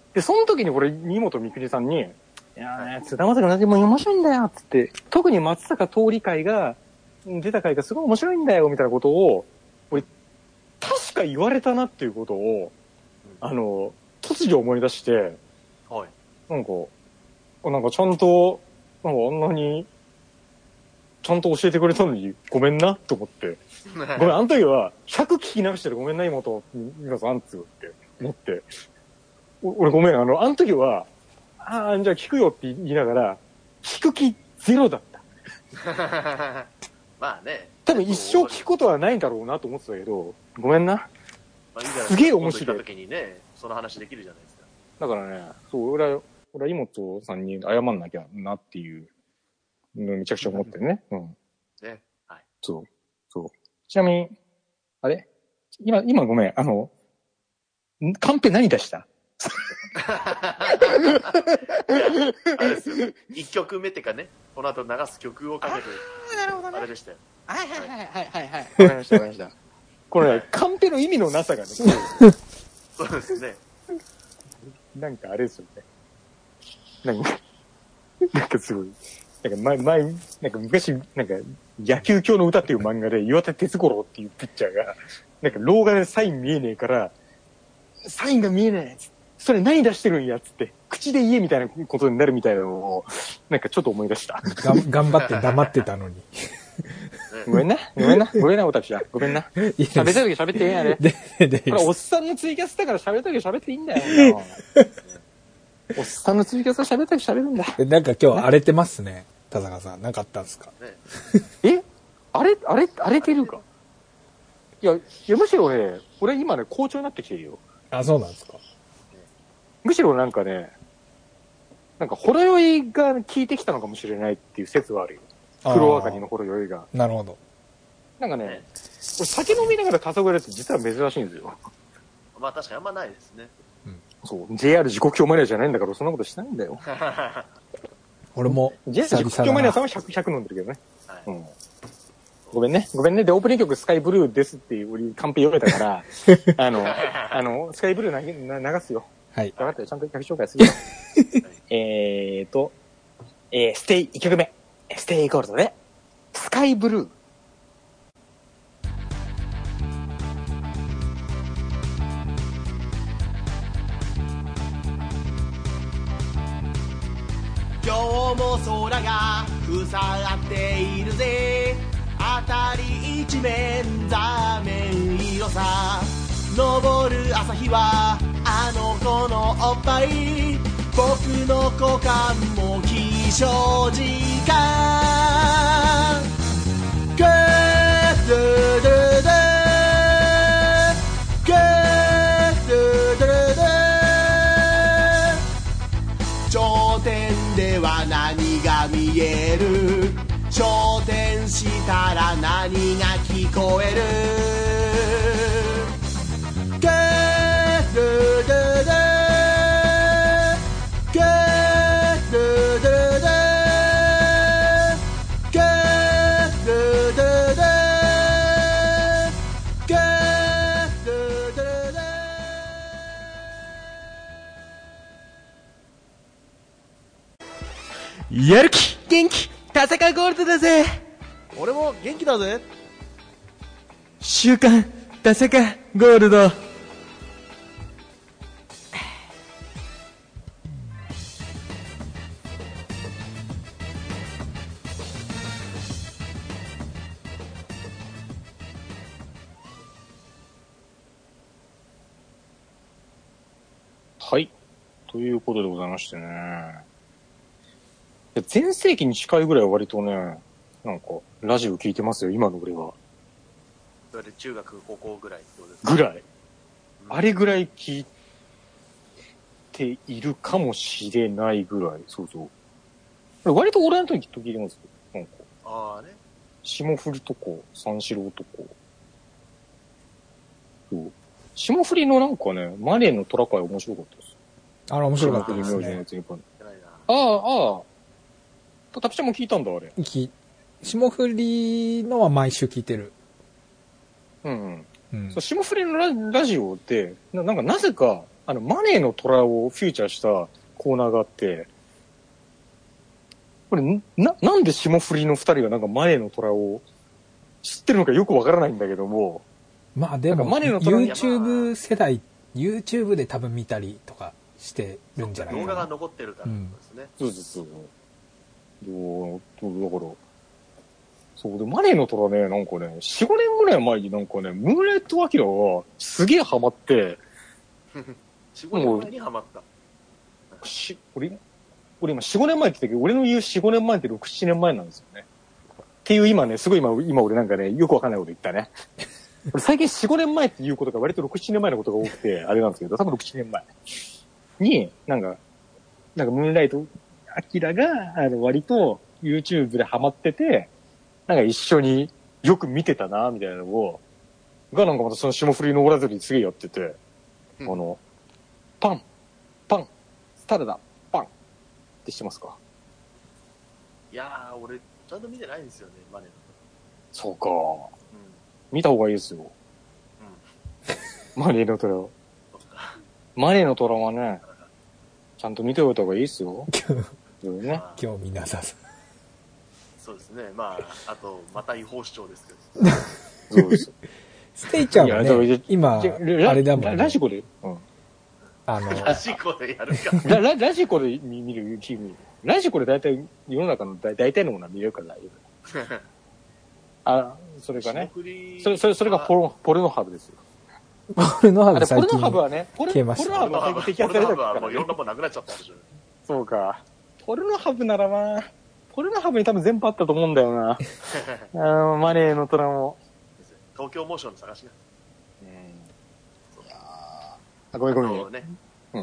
で、その時に俺、二本みくりさんに、いやーね、津田正樹の同じも面白いんだよ、つって、特に松坂桃李会が、出た回がすごい面白いんだよ、みたいなことを、俺、確か言われたなっていうことを、うん、あの、突如思い出して、はい。なんか、なんかちゃんと、なんかあんなに、ちゃんと教えてくれたのにごめんなと思って。ごめん、あの時は、ひゃく聞き流してるごめんな、妹、皆さん、つって思って。俺ごめん、あの、あの時は、ああ、じゃあ聞くよって言いながら、聞く気ゼロだった。 まあね。 多分一生聞くことはないんだろうなと思ってたけど、ごめんな。 まあ、いいじゃないすげえ面白い。 今度行った時にね、その話できるじゃないですか。 だからね、そう、俺は、俺は妹さんに謝んなきゃなっていうのめちゃくちゃ思ってね。うん。ね。はい。そう。そう。ちなみに、あれ今、今ごめん、あの、カンペ何出したあれですよ。一曲目ってかね、この後流す曲をかけて、 なるほどね。 あれでしたよ。 はいはいはいはいはいはい。わかりましたわかりました。これね、カンペの意味のなさがね。 そうですね。 なんかあれですよね。なんか、なんかすごい。なんか前、前、なんか昔、なんか、野球狂の歌っていう漫画で、岩手哲五郎っていうピッチャーが、なんか廊下でサイン見えねえから、サインが見えねえそれ何出してるんやっつって、口で言えみたいなことになるみたいなのを、なんかちょっと思い出した。 が頑張って黙ってたのに。 ごめんな、ごめんな、ごめんな、私は。ごめんな。喋りたい時喋っていいんやね。で、で、これおっさんのツイキャスだから喋りたい時喋っていいんだよ。おっさんのツイキャスは喋りたい時喋るんだ。 なんか今日荒れてますね。田坂さん、なんかあったんですかえ荒れ、荒れ、荒れてるかいや、いや、むしろね、俺今ね、好調になってきてるよ。 あ、そうなんですか。 むしろなんかね、なんか、ほろ酔いが効いてきたのかもしれないっていう説はあるよ。黒明かりのほろ酔いが。 なるほど。 なんかね、俺酒飲みながら黄昏るって実は珍しいんですよ。 まあ確かにあんまないですね。 うん、そう。ジェイアール 時刻表マニアじゃないんだからそんなことしないんだよ。 俺も。 ジェイアール 時刻表マニアさんはひゃく、ひゃく飲んでるけどね。はい、うん。ごめんね。ごめんね。で、オープニング曲スカイブルーですっていう、俺、カンペ読めたから、あの、あの、スカイブルーな流すよ。 はい。 分かったよ。ちゃんと曲紹介するよ。えーと、えー、ステイ、いっきょくめ。ステイゴールドで、スカイブルー。 今日も空が腐っているぜ辺り一面座面色さ昇る朝日はあの子のおっぱい僕の股間も起床時間グードゥドゥドゥグードゥドゥドゥ頂点では何が見える昇天したら何が聞こえるグードゥドゥドゥグードゥドゥドゥグードゥドゥドゥグードゥドゥドゥやる気元気田坂ゴールドだぜ俺も元気だぜ週刊田坂ゴールドはい。ということでございましてね。全盛期に近いぐらいは割とね、なんか、ラジオ聞いてますよ、今の俺は。 それで中学、高校ぐらいどうですかぐらい、うん。あれぐらい聞いているかもしれないぐらい、そうそう。割と俺の時と聞いてますよ、なんか。 ああね。 霜降りとか、三四郎とか。そう。霜降りのなんかね、マネーのトラ会面白かったです。 あら、面白かったですね。 ああ、ああ。タピちゃんも聞いたんだ、あれ。 き霜降りのは毎週聞いてる。 うん、うん。うん。そう、霜降りの ラ, ラジオってな、なんかなぜか、 あの、マネーの虎をフューチャーしたコーナーがあって、これ、な、なんで霜降りの二人がなんかマネーの虎を知ってるのかよくわからないんだけども。 まあでも、 マネーの虎 YouTube 世代、YouTube で多分見たりとかしてるんじゃないかな。 動画が残ってるからですね。 うん、そうそうそう。だから、そうで、マネーの虎ね、なんかね、よん、ごねんぐらい前になんかね、ムーンライトアキラがすげえハマって、 よん、ごねんまえにハマった。 し、俺、俺今よん、ごねんまえって言ったけど、俺の言うよん、ごねんまえってろく、ななねんまえなんですよね。っていう今ね、すごい今、今俺なんかね、よくわかんないこと言ったね。俺最近よん、ごねんまえっていうことが割とろく、ななねんまえのことが多くて、あれなんですけど、多分ろく、ななねんまえに、なんか、なんかムーンライトアキラが、あの、割と YouTube でハマってて、なんか一緒によく見てたな、みたいなのを、がなんかまたその霜降りのオラズリすげえやってて、うん、あの、パン、パン、サラダ、パンってしてますか？ いやー、俺、ちゃんと見てないんですよね、マネーの。 そうか、うん。見た方がいいですよ。うん、マネーの虎を。マネーの虎はね、ちゃんと見ておいた方がいいですよ。 ね、興味なさそう。 そうですね。まあ、あと、また違法主張ですけど。 そうです。 ステイちゃんはね、今、あれだもんね。 ラジコで、うん。 あの、ラジコでやるか。 ラ, ラ, ラジコで見る、ラジコで大体、世の中の大体のものは見れるから大丈夫。あ、それがね。それ、それ、それがポルポルノハブですよ。 ポルノハブ最近ポルノハブはね、ポルノハブは最近摘発されたから、 ね。ポルノハブはもういろんなもんなくなっちゃったでしょ。 そうか。ポルノハブならまあ、ポルノハブに多分全部あったと思うんだよな。あの、マネーの虎も。 東京モーションの探しな。 うん。いやあ、ごめんごめん。ね、うん。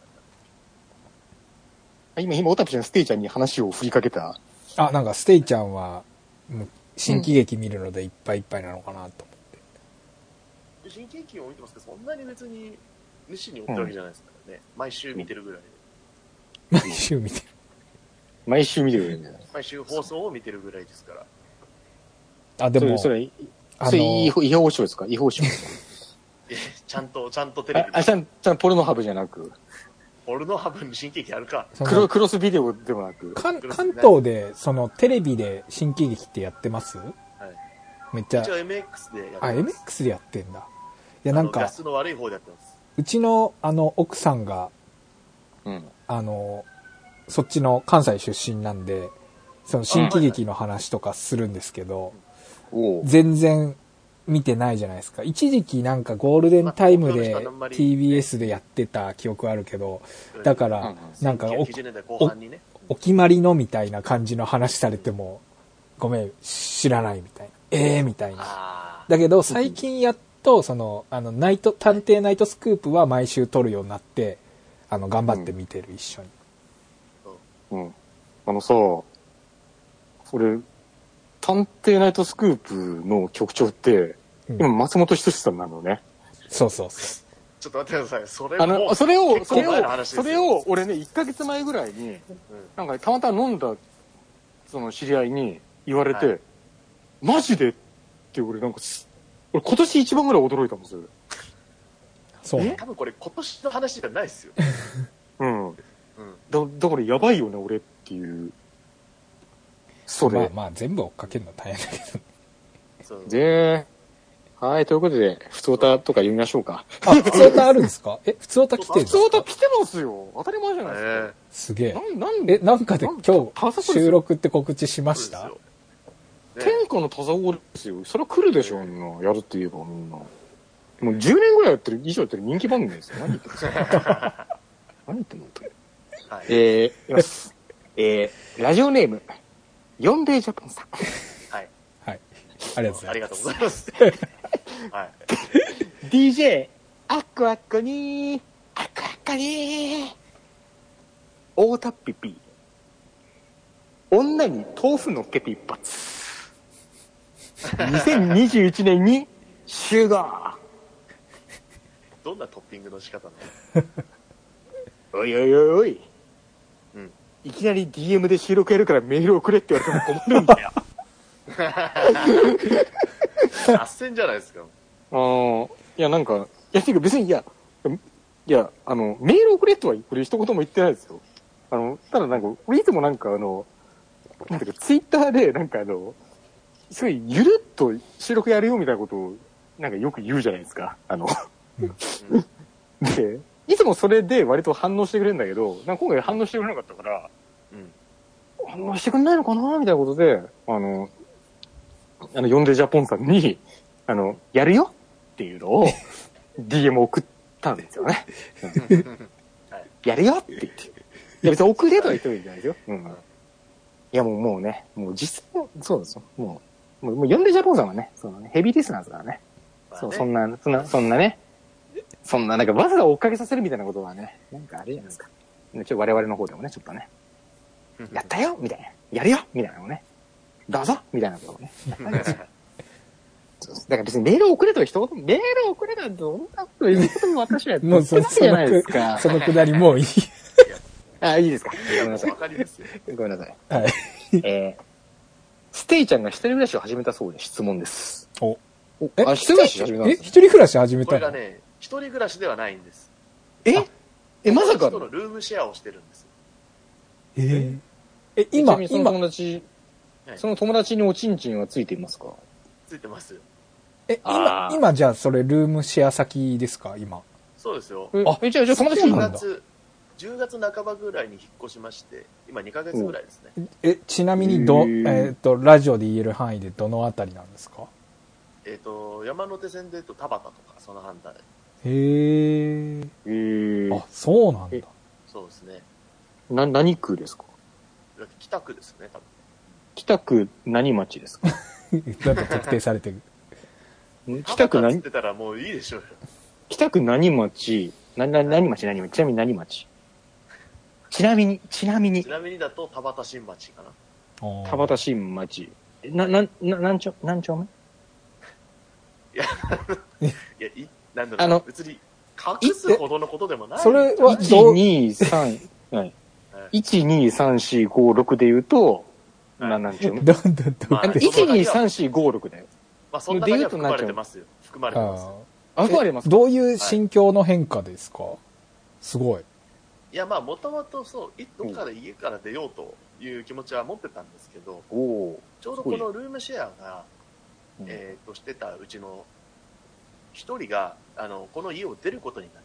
今、今、オタピちゃん、ステイちゃんに話を振りかけた。 あ、なんかステイちゃんは、もう新喜劇見るのでいっぱいいっぱいなのかなと思って。 うん、新喜劇を見てますけど、そんなに別に熱心に追ってるわけじゃないですからね。うん、毎週見てるぐらいで。 毎週見てる。 毎週見てるぐらいじゃない。 毎週放送を見てるぐらいですから。 あ、でも、 それ、それ、違法違法賞ですか？違法賞ですか？ ちゃんと、ちゃんとテレビ。 あ、ちゃん、ちゃんポルノハブじゃなく。 ポルノハブに新喜劇あるか。 クロ、クロスビデオでもなく。 関東で、その、テレビで新喜劇ってやってます？はい。めっちゃ。 一応 エムエックス でやってます。 あ、エムエックス でやってんだ。いや、なんか。 ガスの悪い方でやってます。 うちの、あの、奥さんが、うん。あの、そっちの関西出身なんで、その新喜劇の話とかするんですけど、全然見てないじゃないですか。一時期なんかゴールデンタイムで ティービーエス でやってた記憶あるけど、だからなんか お, お, お決まりのみたいな感じの話されても、ごめん、知らないみたいな。ええー、みたいな。だけど最近やっとその、あの、ナイト、探偵ナイトスクープは毎週撮るようになって、あの、頑張って見てる、一緒に。 うん。あのさ、俺、探偵ナイトスクープの局長って、うん、今松本人志さんなのね。 そうそうそう。 ちょっと待ってください。それもあの、それを、それを、それを、俺ね、いっかげつまえぐらいに、うん、なんかたまたま飲んだ、その知り合いに言われて、はい、マジでって俺なんか、俺今年一番ぐらい驚いたんですよ。 そうね。 多分これ今年の話じゃないですよ。 うん。うん、だ, だからやばいよね、俺っていう。それ。 まあまあ、全部追っかけるの大変だけど。 そうで、はい、ということで、普通歌とか読みましょうか。 あ、普通歌あるんですか？え、普通歌来てるんですか？ 普通歌来てますよ。当たり前じゃないですか。えー、 すげえ。 なんなんでえ、なんかで今日、収録って告知しました？ ね、天下の田沢ですよ。それは来るでしょ、みんな。やるって言えばみんな。もうじゅうねんぐらいやってる、以上やってる人気番組ですよ。何言ってるんですか？何言ってんの？はい、えー、いきます。えー、ラジオネーム、ヨンデージャパンさん。 はい。はい。ありがとうございます。 ありがとうございます。はい。 ディージェー、アッコアッコにー、アッコアッコにー、大田っぴぴ、女に豆腐乗っけて一発。にせんにじゅういちねんに集合。 どんなトッピングの仕方なの？おいおいおいおい。うん。いきなり ディーエム で収録やるからメール送れって言われても困るんだよ。 脱線じゃないですか。 ああ、いやなんか、いやてか別にいや、いいや、あの、メール送れとはこれ一言も言ってないですよ。あの、ただなんか、俺いつもなんかあの、なんていうか、ツイッターでなんかあの、すごいゆるっと収録やるよみたいなことを、なんかよく言うじゃないですか。あの、で、いつもそれで割と反応してくれるんだけど、なんか今回反応してくれなかったから、うん、反応してくれないのかなみたいなことで、あの、あの、ヨンデジャポンさんに、あの、やるよっていうのを、ディーエム 送ったんですよね。やるよって言って。いや別に送れとは言ってもいいんじゃないですよ。うん。いやもうもうね、もう実際、そうですよ。もう、もう、もうヨンデジャポンさんはね、そのね、ヘビーリスナーですからね。まあねそう、そんな、そんな、そんなね、そんな、なんかわざわざ追っかけさせるみたいなことはね、なんかあれじゃないですか。ちょっと我々の方でもね、ちょっとね、やったよみたいな。やるよみたいなのをね、どうぞみたいなことをね。そうだから別にメールを送れと一言、メールを送れなんてそんなこと言うことも私はもうそのじゃないですか。 そのくだりもういい。 あ、いいですか。ごめんなさい。 わかりますよ。 ごめんなさい。 はい。 えー、ステイちゃんが一人暮らしを始めたそうで質問です。 お。 え、あ、一人暮らし始めたんです、 ね、え、一人暮らし始めたの？ これがね、一人暮らしではないんです。 ええ、まさかのルームシェアをしてるんです。 えー、え、今、 その友達、その友達におちんちんはついていますか？ ついてますよ。 え、今、今じゃあそれルームシェア先ですか今。 そうですよ。 あ、え、じゃあ、じゃあ友達なんだ。 じゅうがつなかばぐらいに引っ越しまして、今にかげつぐらいですね。 え、ちなみにど、えっと、ラジオで言える範囲でどのあたりなんですか？ えっと、山手線で言うと田端とか、その反対。 へー。 へー。 あ、そうなんだ。 そうですね。 な、何区ですか？ 北区ですね、多分。 北区何町ですか？ だって特定されてる。 北区何ってたらもういいでしょうよ。 北区何町、な、な、何町何町ちなみに何町ちなみに、ちなみに。 ちなみにだと田端新町かな。 田端新町。な、な、な、何丁、何丁目いや、いや、い、なんだろう、あの、別に隠すほどのことでもない。 それは、 いち、に、さん、はい。いち、に、さん、よん、ご、ろくで言うと、な、何丁目どんどんどん。 いち、に、さん、よん、ご、ろくだよ。 まあ、そんなには含まれてますよ。含まれてます。 あ、含まれます。 どういう心境の変化ですか？すごい。 いや、まあ、もともとそう、どっかで家から出ようという気持ちは持ってたんですけど、ちょうどこのルームシェアが、えっと、してたうちの一人が、あの、この家を出ることになって、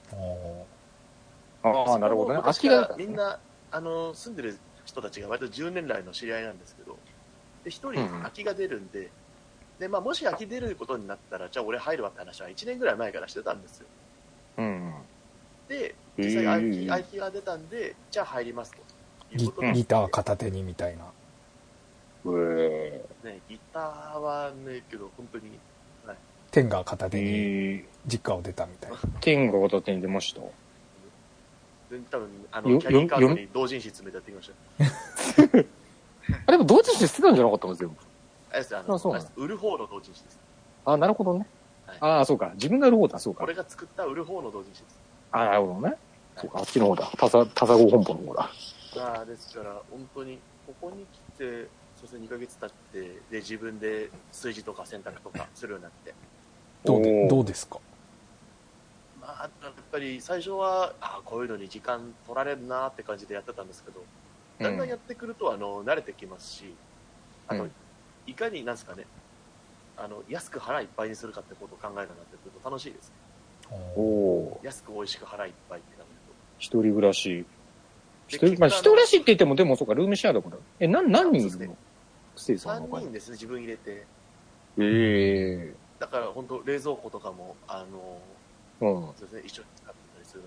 ああ、なるほどね。 私がみんな、あの、住んでる人たちが割とじゅうねん来の知り合いなんですけど、で、一人空きが出るんで、で、まあ、もし空き出ることになったら、じゃあ俺入るわって話はいちねんぐらい前からしてたんですよ。 うん。 で、実際空き、空きが出たんで、じゃあ入りますということで。 ギター片手にみたいな。 えー、ね、ギターはね、けど本当に、はい。 テンが片手に実家を出たみたいな。 テンが片手に出ました。 多分、あの、キャリーカードに同人誌詰めてやってきました。 あ、でも同人誌捨てたんじゃなかったんですよ。 あれです、あの、あそう売る方の同人誌です。 あ、なるほどね。はい、ああ、そうか。自分が売る方だ、そうか。 俺が作った売る方の同人誌です。 ああ、なるほどね。はい、そうか、あっちの方だ。タサ、タサゴ本舗の方だ。 ああ、ですから、本当に、ここに来て、そしてにかげつ経って、で、自分で数字とか選択とかするようになって。 どうで、どうですか？ まあ、やっぱり最初は、ああ、こういうのに時間取られるなって感じでやってたんですけど、だんだんやってくると、あの、慣れてきますし、あの、うん、いかに、なんですかね、あの、安く腹いっぱいにするかってことを考えるようになってくると楽しいですね。お安く美味しく腹いっぱいってなると。 一人暮らし。一人、まあ、一人暮らしって言っても、でもそうか、ルームシェアだから。え、何、何人いるの？ステイさんの。 さんにんですね、自分入れて。 ええー。 だから本当冷蔵庫とかも、あの、うん。そうですね、一緒に使ってたりす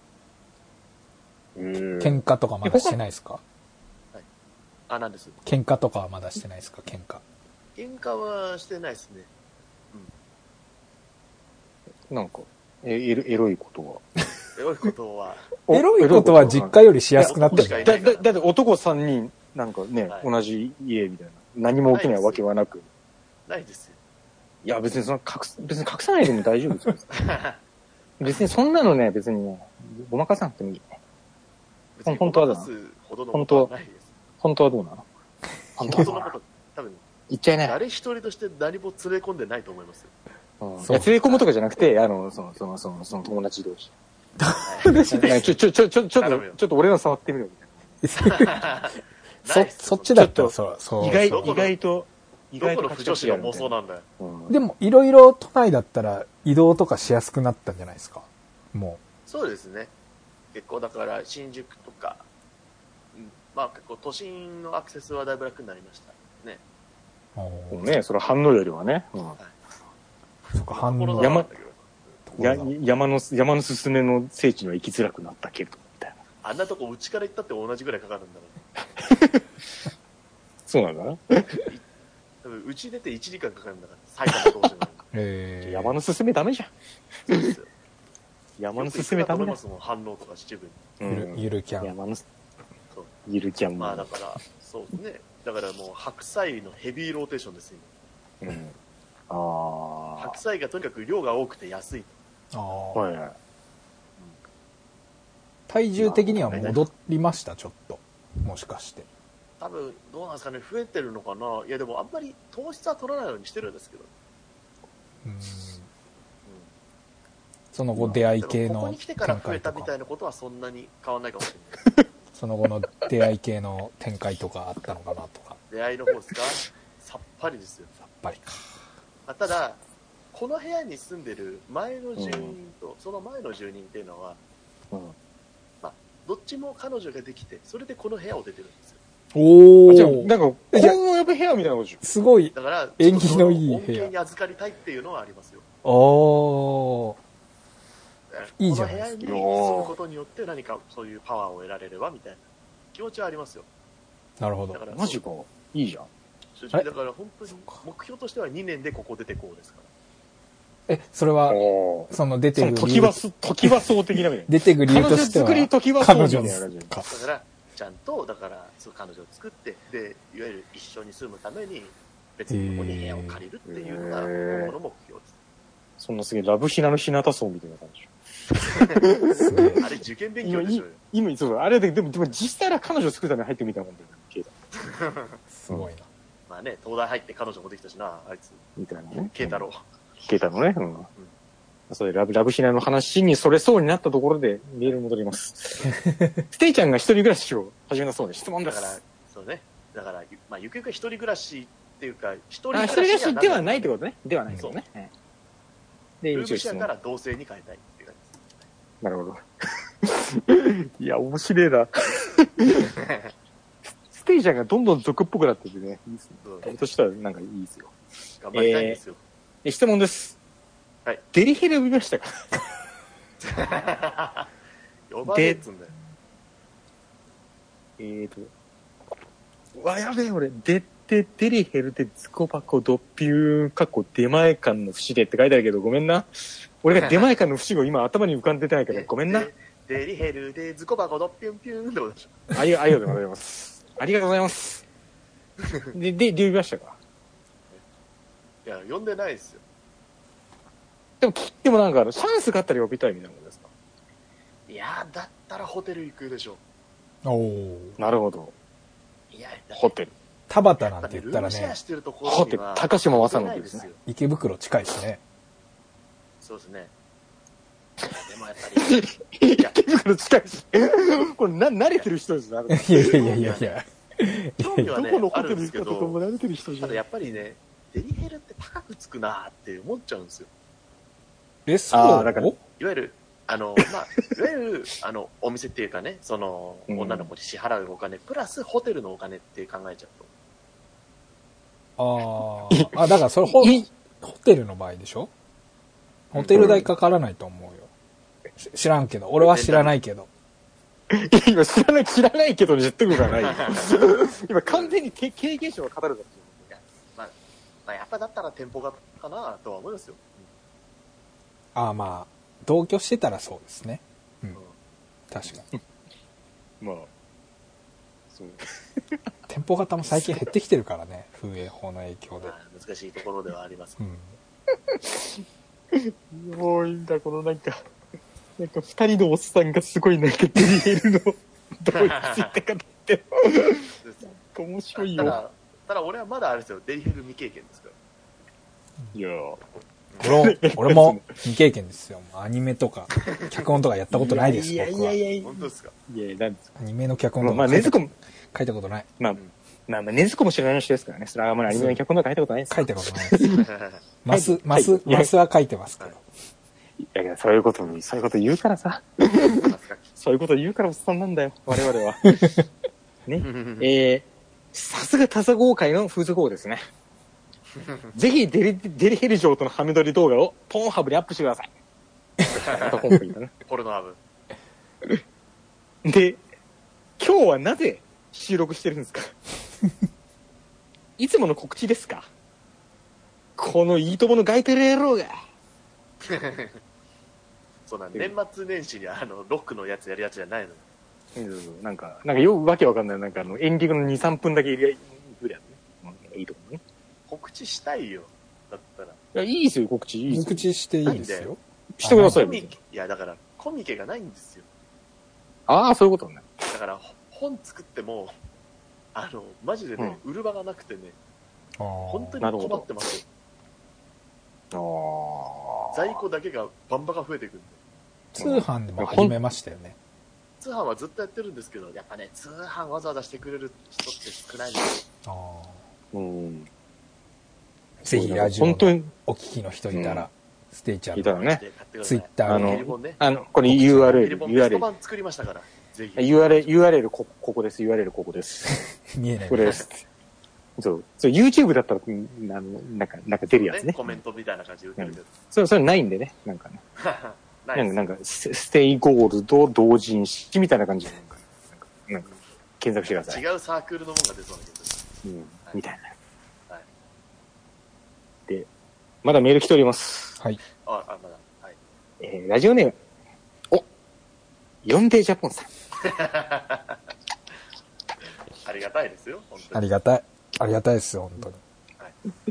る。喧嘩とかまだしてないですか？はい。 あ、なんです。 喧嘩とかはまだしてないですか？喧嘩。 喧嘩はしてないですね。 うん。なんか、え、エロ、エロいことはエロいことは。 エロいことは実家よりしやすくなってる。 だ、だ、だって男さんにん、なんかね、はい、同じ家みたいな。何も起きないわけはなく。 ないですよ。 いや、別にその隠す、別に隠さないでも大丈夫ですよ。別にそんなのね、別にね、ごまかさなくてもいいね。本当はどうなの？本当は、本当はどうなの？ 本当はどうなの？多分、 言っちゃいない。 誰一人として何も連れ込んでないと思いますよ。 うん、いや連れ込むとかじゃなくて、あの、その、その、その、その友達同士。 ちょ、ちょ、ちょ、ちょ、ちょっと、ちょっと俺の触ってみろみたいな。 そ、そっちだったらそう、そう。 意外、意外と、 意外と。どこの不女子が妄想なんだよ。 でも、いろいろ都内だったら移動とかしやすくなったんじゃないですか。もう。そうですね。結構だから、新宿とか、うん、まあ結構都心のアクセスはだいぶ楽になりましたね。 ね、それは反応よりはね。うん。はい、 そっか、反応山、や山の、山のすすめの聖地には行きづらくなったけど、みたいな。 あんなとこうちから行ったって同じぐらいかかるんだろう。 そうなんだな。 多分うち出ていちじかんかかるんだから、埼玉同士の。 えー、山のすすめダメじゃん。そうですよ。山のすすめダメだ。 その反応とか秩父に。ゆる、ゆるキャン。 山の、ゆるキャン。 まあだから、そうですね。だからもう白菜のヘビーローテーションですよ。うん。ああ。白菜がとにかく量が多くて安い。 ああ。はい。体重的には戻りました、ちょっと。もしかして。 多分、どうなんですかね、増えてるのかな。いや、でもあんまり糖質は取らないようにしてるんですけど。うん。うん、 その後、出会い系の。 ここに来てから増えたみたいなことはそんなに変わらないかもしれない。 その後の出会い系の展開とかあったのかなとか。 出会いの方ですか？さっぱりですよ。 さっぱりか。 あ、ただ、この部屋に住んでる前の住人と、うん、その前の住人っていうのは、うん、まあ、どっちも彼女ができて、それでこの部屋を出てるんですよ。 おー。じゃあ、なんか、婚を呼ぶ部屋みたいなことでしょ？ すごい。 だから、 縁起のいい部屋。 恩恵に預かりたいっていうのはありますよ。 おー。いいじゃないですか。この部屋に住むことによって何かそういうパワーを得られればみたいな気持ちはありますよ。 なるほど。 だからマジか。いいじゃん。 だから本当に目標としてはにねんでここ出てこうですから。 え、それは、その出てくる理由。時はそう的なみたいな。 出てくる理由としては。 彼女作り時はそうみたいな感じ。 だから、ちゃんと、だから、そう彼女を作って、で、いわゆる一緒に住むために、別にここに部屋を借りるっていうのが、今後の目標です。 そんなすげえラブヒナの日向層みたいな感じ。 あれ受験勉強でしょうよ。 今、そうあれで、でも、でも実際は彼女を作るために入ってみたもんだよ、 すごいな。 まあね、東大入って彼女もできたしな、あいつ。 みたいなね。 慶太郎。 慶太郎ね。うん。うん、それラブ、ラブヒナの話にそれそうになったところでメール戻ります。ステイちゃんが一人暮らしを始めたそうで質問です。 だから、そうね。だから、まあ、ゆくゆくは一人暮らしっていうか、 一人暮らし。一人暮らしではないってことね。ではないですね。 で、ルームシェアから同性に変えたいっていう感じです。 なるほど。いや、面白いな。ステイちゃんがどんどん俗っぽくなっててね、いいですね。僕としてはなんかいいですよ。 頑張りたいんですよ。 えー、質問です。 はい。 デリヘル見ましたか？ 呼ばねえっつんだよ。 えーと、うわ、やべえ、俺、でってデリヘルでズコバコドッピューン、かっこ出前館の節でって書いてあるけど、ごめんな。俺が出前館の節を今頭に浮かんでないからごめんな。 デリヘルでズコバコドッピュンピュンってことでしょ。 ありがとうございます。ありがとうございます。で、で、で、呼びましたか？ いや、呼んでないですよ。 でも、でもなんか、チャンスがあったら呼びたいみたいなことですか？ いや、だったらホテル行くでしょ。 おお。 なるほど。 いや、 ホテル。 田畑なんて言ったらね、 ホテル、高島正信ですね。 池袋近いしね。 そうですね。でもやっぱり。 池袋近いし。これな、慣れてる人ですね。 いやいやいやいやいや。 興味はね、 どこのホテル行くかとかも慣れてる人じゃん。 ただやっぱりね、デリヘルって高くつくなーって思っちゃうんですよ。 え、そうだから、いわゆる、あの、まあ、いわゆる、あの、お店っていうかね、その、女の子に支払うお金、プラスホテルのお金って考えちゃうと。 ああ、あ、だからそれホ、ホテルの場合でしょ？ホテル代かからないと思うよ。知らんけど、俺は知らないけど。 今知らない、知らないけど説得がない。今完全に経験者が語るから。 まあ、まあ、やっぱだったら店舗型かなとは思いますよ。 うん、ああ、まあ、同居してたらそうですね。うん。うん、確かに。 まあ、そう。 店舗型も最近減ってきてるからね、風営法の影響で。 まあ、難しいところではあります。 うん。もういいんだ、このなんか、なんか二人のおっさんがすごいなんかデリヘルのどういうついたかって。面白いよ。 ただ、ただ俺はまだあれですよ、デリヘル未経験ですから。 いや俺も、俺も未経験ですよ。アニメとか、脚本とかやったことないです、 いや僕は。 いやいやいや。 本当ですか？ いや、なんですか。 アニメの脚本とまあ、 か書いた,、 ねずこも、 書いたことない。 まあ、まあ、まあ、ねずこも知らない人ですからね。それはあんまりアニメの脚本とか書いたことないです。 書いたことないです。マス、マス、マスは書いてますけど。 いやいや、そういうことに、そういうこと言うからさ。そういうこと言うからおっさんなんだよ、我々は。ね。えー、さすがタサゴー界の風俗王ですね。ぜひデリ、デリヘル嬢とのハメ撮り動画をポーンハブにアップしてください。またコンプリートね。 ポルノハブ。 で、今日はなぜ収録してるんですか？いつもの告知ですか？このいいとものガイテレ野郎が。 そうだ、年末年始にあの、ロックのやつやるやつじゃないの。 なんか、なんかよくわけわかんない、なんかあの、エンディングのに、さんぷんだけ入れるやつね。いいとこね。 告知したいよ。だったら。いや、いいですよ、告知。いいですよ。 告知していいですよ。 してください。 いや、だから、コミケがないんですよ。 ああ、そういうことね。 だから、本作っても、あの、マジでね、うん、売る場がなくてね、本当に困ってますよ。あ在庫だけがバンバカ増えていくんで。 通販でも始めましたよね。 通販はずっとやってるんですけど、やっぱね、通販わざわざしてくれる人って少ないんですよ。あうん。ぜひラジオのお聞きの人いたら、ステイちゃんのツイッターの、あの、これ ユーアールエル、ユーアールエル。 版作りましたから、ぜひ。 ユーアールエル、ユーアールエル ここです、ユーアールエル ここです。 見えない。 これです。そう。そう、YouTube だったら、あの、なんか、なんか出るやつね。 コメントみたいな感じで受けるけど。 そう、それないんでね、なんかね。なんか、なんか、ステイゴールド同人誌みたいな感じで、なんか、なんか、検索してください。 違うサークルのもんが出そうだけど。うん、みたいな。はい。で、まだメール来ております。 はい。 あ、あ、まだ。はい。 えー、ラジオネーム、お、ヨンデージャポンさん。 ありがたいですよ、本当に。 ありがたい。ありがたいですよ、本当に。 はい、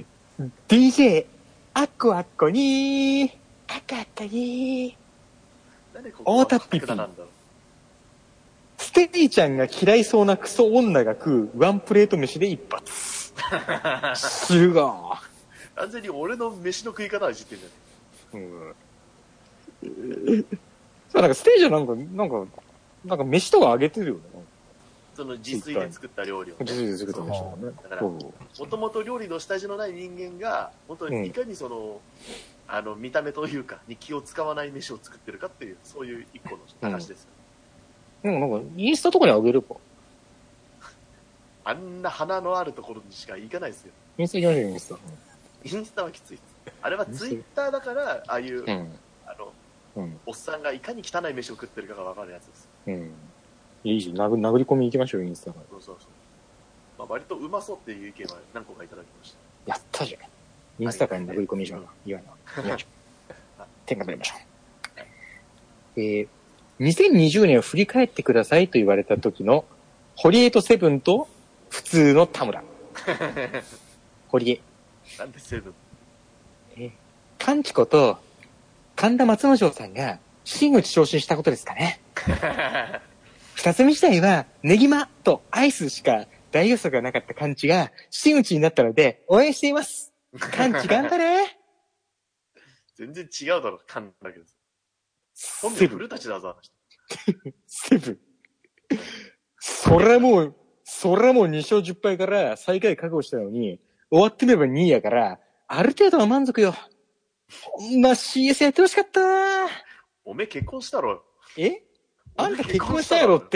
ディージェー、アッコアッコにー、アッコアッコにー、大田ピピ。ステイちゃんが嫌いそうなクソ女が食うワンプレート飯で一発。するが。 完全に俺の飯の食い方は知ってんじゃん。 うん。そう、なんかステイちゃんなんか、なんか、なんか飯とかあげてるよね。 その自炊で作った料理を、ね、 自炊で作った飯とかね。 だから、もともと料理の下地のない人間が、本当にいかにその、うん、あの、見た目というか、に気を使わない飯を作ってるかっていう、そういう一個の話ですよ。 うん、でもなんか、インスタとかにあげれば。 あんな花のあるところにしか行かないですよ。 インスタ行きましょう、インスタ。 インスタはきついです。あれはツイッターだから、ああいう、うん、あの、うん、おっさんがいかに汚い飯を食ってるかが分かるやつです。うん。いいじゃん。殴殴り込み行きましょう、インスタから。 そうそうそう。まあ、割とうまそうっていう意見は何個かいただきました。 やったじゃん。インスタから殴り込みしような。言わない。よいしょ。点が取りましょう。えー、にせんにじゅうねんを振り返ってくださいと言われた時の、堀江とセブンと普通の田村。堀江。 なんでセブン？ えー、カンチコと神田松之丞さんが真打ち昇進したことですかね。二つ目時代はネギマとアイスしか大予測がなかったカンチが真打ちになったので応援しています。カンチ頑張れ。 全然違うだろ、カンだけど。本名古舘だぞ。 セブン。それはもう、それはもうに勝じゅっ敗から最下位覚悟したのに、終わってみればにいやから、ある程度は満足よ。ほんま シーエス やってほしかったな。 おめえ結婚したろ。 えあんた結婚したやろって？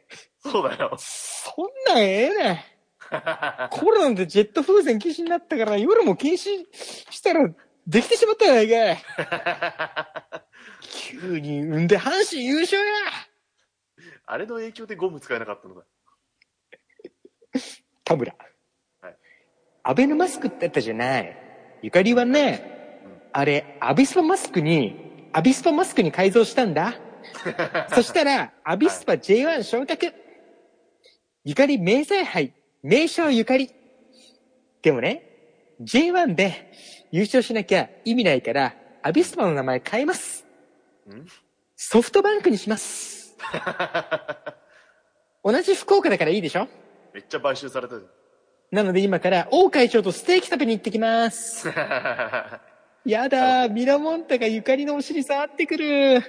そうだよ。 そんなんええねん。コロナでジェット風船禁止になったから、夜も禁止したらできてしまったやないかい。急に産んで阪神優勝や。 あれの影響でゴム使えなかったのか。 田村。はい。アベノマスクってあったじゃない。ゆかりはね、うん、あれ、アビスパマスクに、アビスパマスクに改造したんだ。そしたら、アビスパ ジェイワン 昇格。ゆかり名采配、名称ゆかり。でもね、ジェイワン で優勝しなきゃ意味ないから、アビスパの名前変えます。んソフトバンクにします。同じ福岡だからいいでしょ？ めっちゃ買収されたじゃん。 なので今から王会長とステーキ食べに行ってきます。 やだー、ミラモンタがゆかりのお尻触ってくる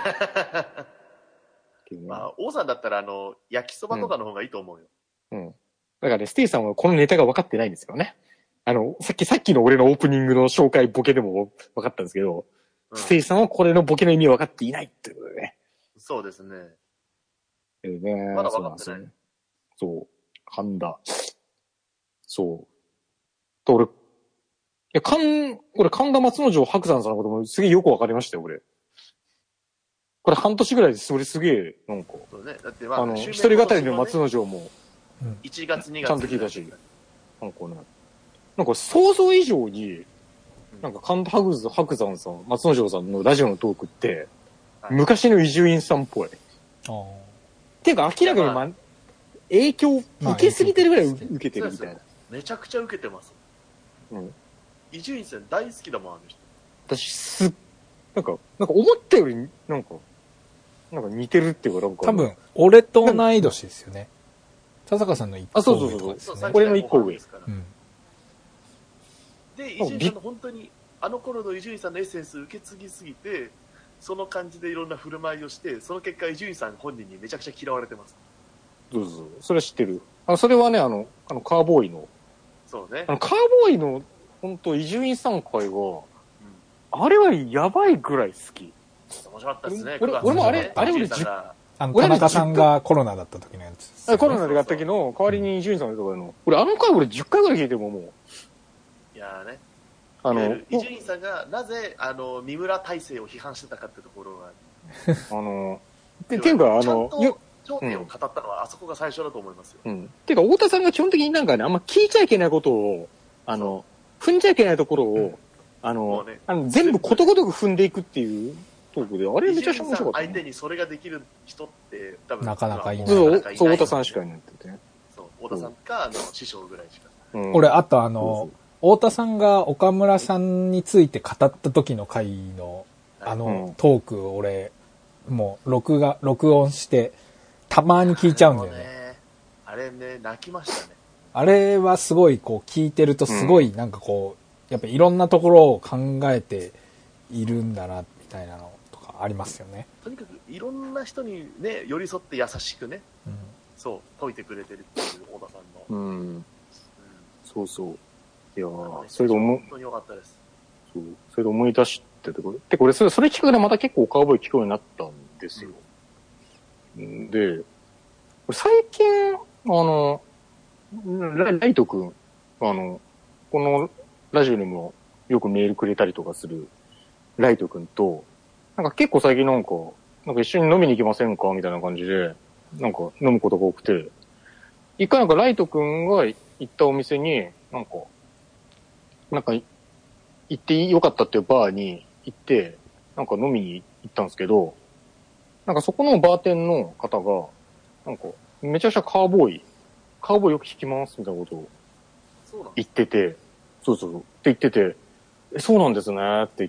まあ、王さんだったら、あの、焼きそばとかの方がいいと思うよ。 うん。うん、だからね、ステイさんはこのネタが分かってないんですよね。あの、さっき、さっきの俺のオープニングの紹介ボケでも分かったんですけど、うん、ステイさんはこれのボケの意味分かっていないってことでね。 そうですね。 えー、ねまだ分かってない。 そう。神田。そう。と、俺、いや、神、俺、神田松之丞白山さんのこともすげえよく分かりましたよ、俺。これ半年ぐらいで、それすげえ、なんか。 そうね。だってまあ、 あの、一人語りの松之丞も、 いちがつにがつ。 ちゃんと聞いたし。なんかね、なんか想像以上に、なんか神田白山さん、松之丞さんのラジオのトークって、はい、昔の伊集院さんっぽい。あっていうか明らかに、ま、影響受けすぎてるぐらい受けてるみたいな。 めちゃくちゃ受けてます。うん。伊集院さん大好きだもん、あの人。 私、す、なんか、なんか思ったより、なんか、なんか似てるっていうか、なんか。 多分、俺と同い年ですよね。田坂さんの一個上、 あ、そうそうそうそう。これの一個上ですから。うん。 で、伊集院さんの本当に、あの頃の伊集院さんのエッセンス受け継ぎすぎて、その感じでいろんな振る舞いをして、その結果伊集院さん本人にめちゃくちゃ嫌われてます。 どうぞ。それは知ってる。あ、それはね、あの、あの、カーボーイの。 そうね。 あの、カーボーイの、本当伊集院さん会は、うん、あれはやばいぐらい好き。 面白かったですね。 俺、俺もあれ、あれ俺じ、 あの、田中さんがコロナだった時のやつ、 ね。コロナでやった時の代わりに伊集院さんのとかの、俺あの回俺じゅっかいぐらい聞いてももう。 いやーね。 あの、 伊集院さんがなぜ、あの、三村大成を批判してたかってところが。 あの、っていうか、あの、 頂点を語ったのはあそこが最初だと思いますよ。 うん。っていうか、太田さんが基本的になんかね、あんま聞いちゃいけないことを、あの、踏んじゃいけないところを、うん、あの、ね、あの全部ことごとく踏んでいくっていうトークで、あれめちゃくちゃ面白かった、ね。 相手にそれができる人って多分なかなかいない。 そう、そう太田さんしかいないってね。 そう、太田さんか、あの、師匠ぐらいしか。 うん、俺、あとあの、太田さんが岡村さんについて語った時の回の、あの、うん、トーク、俺、もう、録画、録音して、たまに聞いちゃうんだよね。 あれね、泣きましたね。 あれはすごい、こう、聞いてるとすごい、なんかこう、やっぱいろんなところを考えているんだな、みたいなのとかありますよね。 とにかく、いろんな人にね、寄り添って優しくね、うん、そう、解いてくれてるっていう、太田さんの。うん。うん、 そうそう。いやー、それで思本当に良かったです。 そう。それで思い出してて、これ、で、これ、それ、それ聞くとね、また結構カウボーイ聞くようになったんですよ。うん、で、最近、あの、ラ, ライトくん、あの、このラジオにもよくメールくれたりとかするライトくんと、なんか結構最近なんか、なんか一緒に飲みに行きませんかみたいな感じで、なんか飲むことが多くて、一回なんかライトくんが行ったお店に、なんか、なんか、行ってよかったっていうバーに行って、なんか飲みに行ったんですけど、なんかそこのバーテンの方が、なんか、めちゃくちゃカーボーイ、カーボーイよく弾きますみたいなことを言ってて、そうそうそう、って言ってて、え、そうなんですねって言って、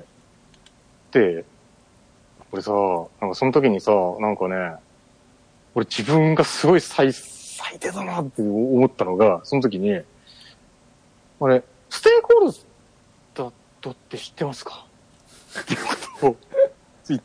で、俺さ、なんかその時にさ、なんかね、俺自分がすごい最、最低だなって思ったのが、その時に、あれ、ステイコールズだとって知ってますかっていうことを言って、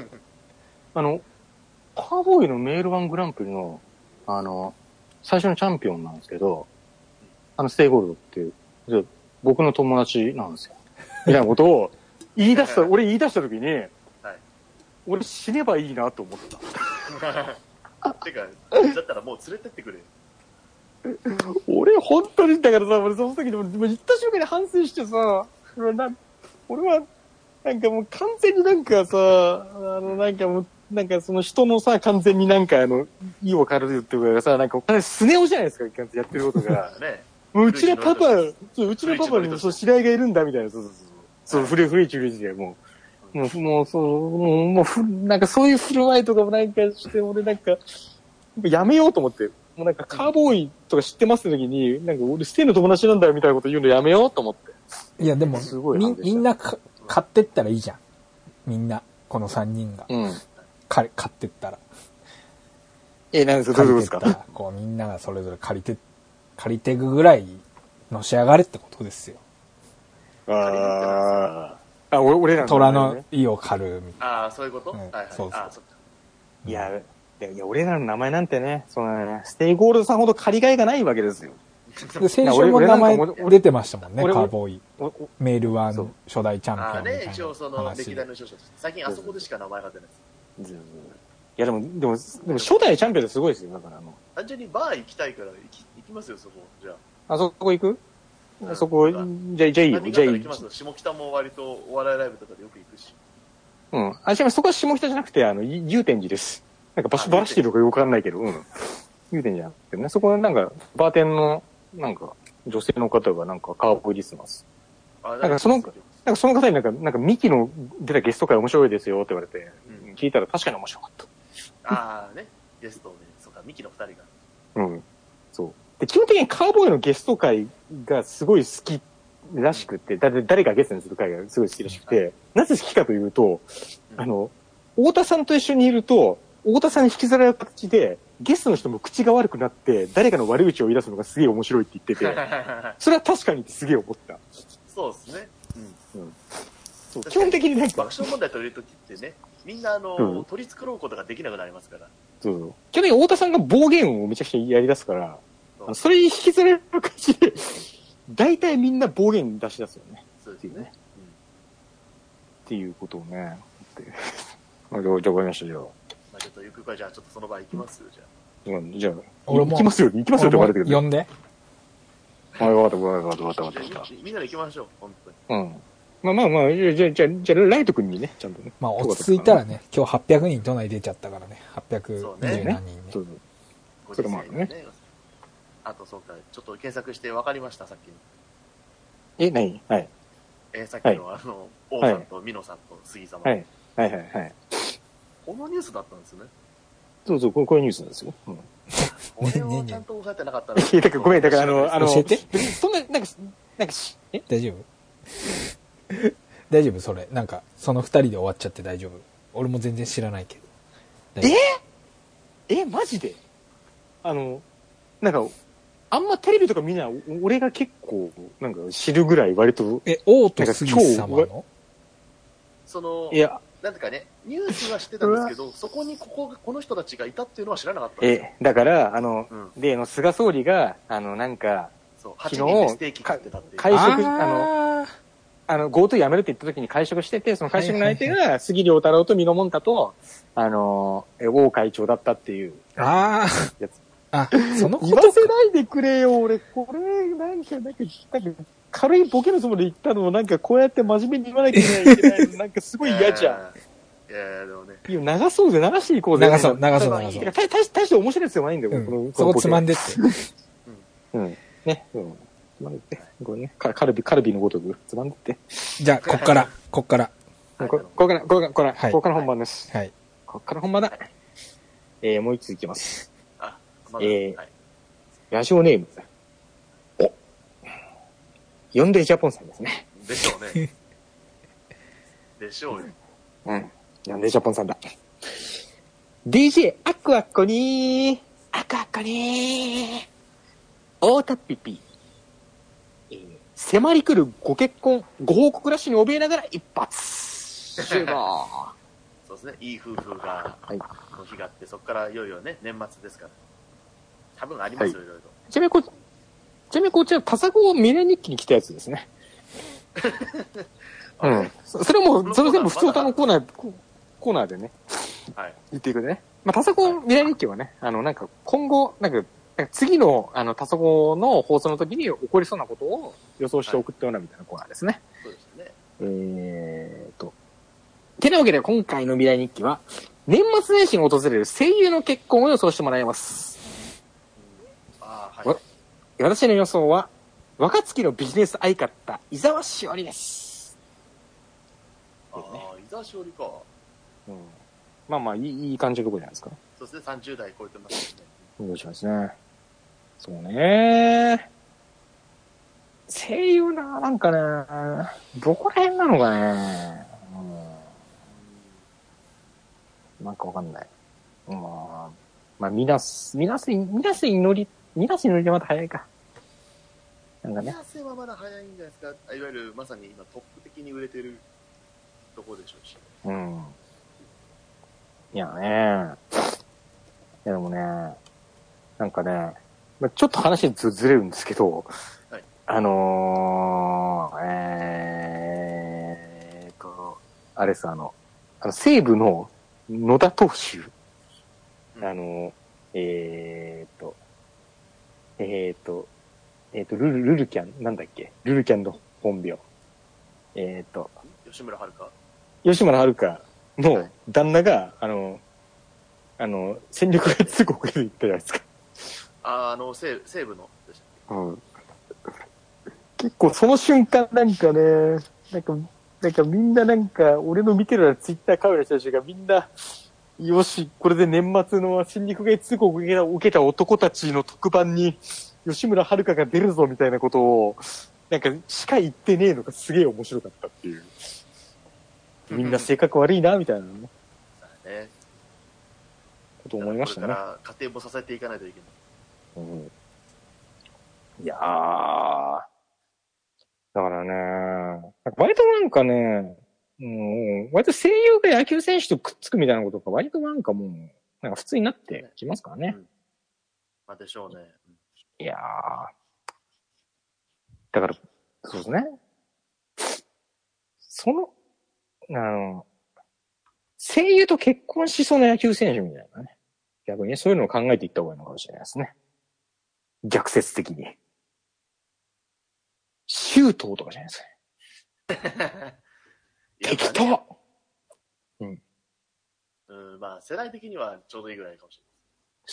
あの、カーボーイのメールワングランプリの、あの、最初のチャンピオンなんですけど、あの、ステイゴールドっていう、僕の友達なんですよ。みたいなことを言い出した、俺言い出した時に、はい、俺死ねばいいなと思った。 てか、だったらもう連れてってくれ。 俺本当に、だからさ、俺その時でも言った瞬間に反省してさ、俺は、なんかもう完全になんかさ、あの、なんかもう、なんかその人のさ、完全になんかあの、意を軽るっていうかさ、なんか、スネ夫じゃないですか、やってることが。ね。もううちのパパ、そう、うちのパパにそう知り合いがいるんだみたいな、そうそうそう。そう、古い古い中日で、もう、もう、もう、そう、もう、もうふ、なんかそういう振る舞いとかもなんかして、俺なんか、やめようと思って。もうなんかカーボーイとか知ってますって時に、なんか俺ステイの友達なんだよみたいなこと言うのやめようと思って。 いやでも、すごいみ、みんなか買ってったらいいじゃん。みんな、このさんにんが。うん。買ってったら。 え、なんですか、どういうことですか？ こうみんながそれぞれ借りて、借りていくぐらいのし上がれってことですよ。 ああ、俺、俺らの、ね、 虎の意を狩るみたいな。 ああ、そういうこと、うん、はいはい。 そうそう。 あそっか。 いや、いや、俺らの名前なんてね、そのね、ステイゴールドさんほど借りがいがないわけですよ。 で先週も名前出てましたもんね、カーボーイ。メールワン初代チャンピオンみたいな。ああね、一応その歴代の勝者として。最近あそこでしか名前が出ないです。 いやでも、でも、でも初代チャンピオンってすごいですよ、だからあの。 単純にバー行きたいから行き、行きますよ、そこ。じゃあ。 あそこ行く、うん、そこ、じゃあ、じゃあいいよ、じゃあいいよ。 下北も割とお笑いライブとかでよく行くし。 うん。あ、違う、そこは下北じゃなくて、あの、祐天寺です。なんか場所ばらしてるのかよくわかんないけど、うん。祐天寺じゃなくてね、そこはなんか、バーテンの、なんか、女性の方がなんかカーボーイリスナーす。なんかその、なんかその方になんか、なんかミキの出たゲスト会面白いですよって言われて、うん、聞いたら確かに面白かった。 ああね、ゲストね、そうか、ミキの二人が。うん。そう。で、基本的にカーボーイのゲスト会がすごい好きらしくて、だ誰かゲストにする会がすごい好きらしくて、はい、なぜ好きかというと、うん、あの、太田さんと一緒にいると、太田さんに引きずられる形で、ゲストの人も口が悪くなって、誰かの悪口を言い出すのがすげえ面白いって言ってて、それは確かにすげえ思った。 そうですね。うん。うん、 そう基本的になんか。 爆笑問題取れるときってね、みんなあの、うん、取り繕うことができなくなりますから。 そうそう。基本的に太田さんが暴言をめちゃくちゃやり出すから、そ, それに引きずられる感じで、大体みんな暴言出し出すよね。 そうですね。うん、 っていうことをね。あ、じゃあ、じゃあ、わかりました、じゃあ。 まあちょっとゆくゆくはじゃあちょっとその場行きますよ、じゃあ。うん、じゃあ、俺も行きますよ、行きますよって言われてくる。 呼んで。 はい、わかった、わかった、わかった、わかった。 みんなで行きましょう、本当に。うん。 まあまあまあ、じゃあ、じゃあ、じゃあ、じゃあライト君にね、ちゃんとね。 まあ落ち着いたらね、今日はっぴゃくにん都内出ちゃったからね、はっぴゃくにじゅう何人ね。そうそう。 それもあるね。あとそうか、ちょっと検索して分かりました、さっきの。 え、何はい。 えー、さっきの、はい、あの、王さんとミノさんと杉様。 はい。はいはいはい。 このニュースだったんですね。 そうそう、こういうニュースなんですよ。うん。 これをちゃんと押さえてなかったら。 いや、だからごめん、だからあの、あの、 教えて。 そんな、なんか、なんか、 え大丈夫大丈夫それ。なんか、その二人で終わっちゃって大丈夫俺も全然知らないけど。 ええ、マジであの、なんか、あんまテレビとか見ない、俺が結構、なんか知るぐらい割と。 え、王と杉様のその、 いや、 なんてかね、ニュースは知ってたんですけど、そこにここ、この人たちがいたっていうのは知らなかったんですよ。 え、だから、あの、うん、で、の菅総理が、あの、なんか、 そう昨日、 会食、あの、あの、GoTo やめるって言った時に会食してて、その会食の相手が、杉良太郎と美濃もんたと、あの、王会長だったっていう。 ああ。 やつ。 あ、そのこと言わせないでくれよ、俺。これ、なんか、なんか、なんか、軽いボケのつもりで言ったのを、なんかこうやって真面目に言わなきゃいけないの、なんかすごい嫌じゃん。 いやいや、でもね。 いや、流そうぜ、流していこうぜ。 流そう、流そう、流そう。 大して面白いやつじゃないんだよ、 この。そこつまんでって。 うん。ね、うん。つまんでって。これね、カルビ、カルビのごとく、つまんでって。 じゃあ、こっから、こっから。 こここから、ここから、ここから本番です。 はい。 こっから本番だ。えー、もう一ついきます。 あ、 まだ、えー、ラジオネーム。おヨンデジャポンさんですね。 でしょうね。でしょうよ。 うん。ヨンデジャポンさんだ。ディージェー アクアコにー、アクアコにー、大田ピピ。えー、迫り来るご結婚、ご報告ラッシュに怯えながら一発。終了。 そうですね。いい夫婦が、はい、の日があって、そこからいよいよね、年末ですから。多分ありますよ、はい、いろいろ。 ちなみにこ、ちなみにこちら、タサゴを未来日記に来たやつですね。うん。それもう、それ全部普通歌のコーナー、コーナーでね。 はい。 言っていくね。まあ、タサゴ未来日記はね、あの、なんか、今後、なんか、なんか次の、あの、タサゴの放送の時に起こりそうなことを予想して送ったようなみたいなコーナーですね。 そうですね。 えーと。てなわけで、今回の未来日記は、年末年始に訪れる声優の結婚を予想してもらいます。 ああ、はい。 私の予想は、若月のビジネス相方、伊沢しおりです。 ああ、伊沢しおりか。 うん。まあまあ、いい、いい感じのとこじゃないですか。 そうですね、さんじゅう代超えてますね。 どうしますね。そうね。声優な、なんかね、どこら辺なのかね。うん、なんかわかんない。まあ、まあ、みなす、みなす、みなす祈り、みなす祈りでまた早いか。 なんかね。 宮瀬はまだ早いんじゃないですか。いわゆるまさに今トップ的に売れてるところでしょうし。 うん。いやね。いやでもね、なんかね、ちょっと話ずずれるんですけど、はい、あのー、えーと、あれさ、あの、あの西武の野田投手、うん、あの、えーと、えーと、えーと、ルル、ルルキャン、なんだっけルルキャンの本名。えーと、 吉村遥か吉村遥の旦那が、あの、あの、戦力外通告で言ったじゃないですか。 あ、あの、西西武のでした。 うん。結構その瞬間なんかね、なんか、なんかみんななんか、俺の見てるツイッターカメラ人たちがみんな、よし、これで年末の戦力外通告を受けた、受けた男たちの特番に、吉村遥が出るぞみたいなことを、なんか、しか言ってねえのがすげえ面白かったっていう。みんな性格悪いな、みたいなね。 ね。 こと思いましたね。 これから家庭も支えていかないといけない。 うん。いやー。だからね、割となんかね、うん、割と声優が野球選手とくっつくみたいなことが割となんかもう、なんか普通になってきますからね。うん、 まあでしょうね。 いやー。だから、そうですね。その、あの、声優と結婚しそうな野球選手みたいなね。逆にね、そういうのを考えていった方がいいのかもしれないですね。逆説的に。周東とかじゃないですか。適当、ね、うん。 うん、まあ世代的にはちょうどいいぐらいかもしれない。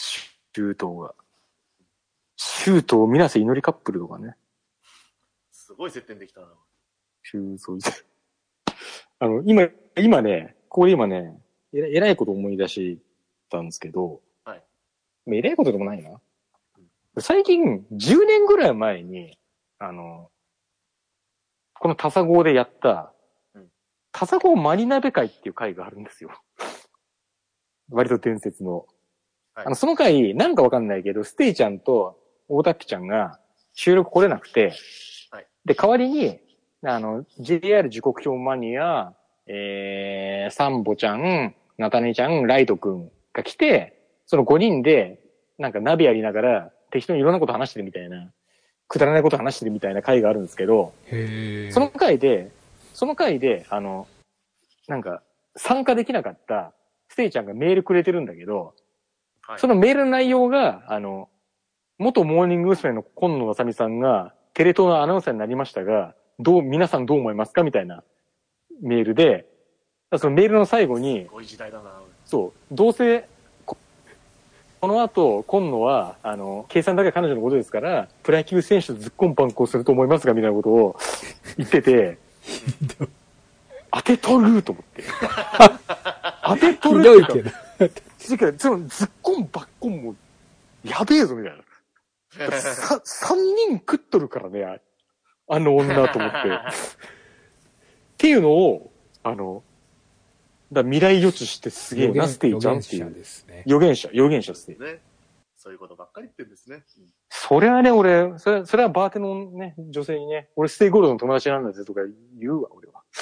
周東が。周東、水瀬祈りカップルとかね。 すごい接点できたな。 周東。あの、今、今ね、これ今ね、えら、えらいこと思い出したんですけど、はい。えらいことでもないな。うん、最近、じゅうねんぐらい前に、あの、このタサゴーでやった、うん、タサゴーマリナベ会っていう会があるんですよ。割と伝説の。はい、あの、その回、なんかわかんないけど、ステイちゃんと大滝ちゃんが収録来れなくて、はい、で、代わりに、あの、ジェイアール 時刻表マニア、えー、サンボちゃん、ナタネちゃん、ライトくんが来て、そのごにんで、なんかナビやりながら、適当にいろんなこと話してるみたいな、くだらないこと話してるみたいな回があるんですけど、 へその回で、その回で、あの、なんか、参加できなかった、ステイちゃんがメールくれてるんだけど、はい、そのメールの内容が、あの、元モーニング娘。の今野正美さんが、テレ東のアナウンサーになりましたが、どう、皆さんどう思いますかみたいなメールで、そのメールの最後に、 すごい時代だな。 そう、どうせ、この後、今野は、あの、計算だけ彼女のことですから、プロ野球選手とずっこんぱんこすると思いますが、みたいなことを言ってて、当てとると思って。当てとるひどいけど。 そのずっこんばっこんも、やべえぞ、みたいな。さ、三人食っとるからね、あの女と思って。っていうのを、あの、だ未来予知してすげえな、ステイちゃんっていう。予言者、予言者ですね。 ね。そういうことばっかり言ってるんですね。うん、 それはね、俺、それ、それはバーテのね、女性にね、俺ステイゴールドの友達なんだぜとか言うわ、俺は。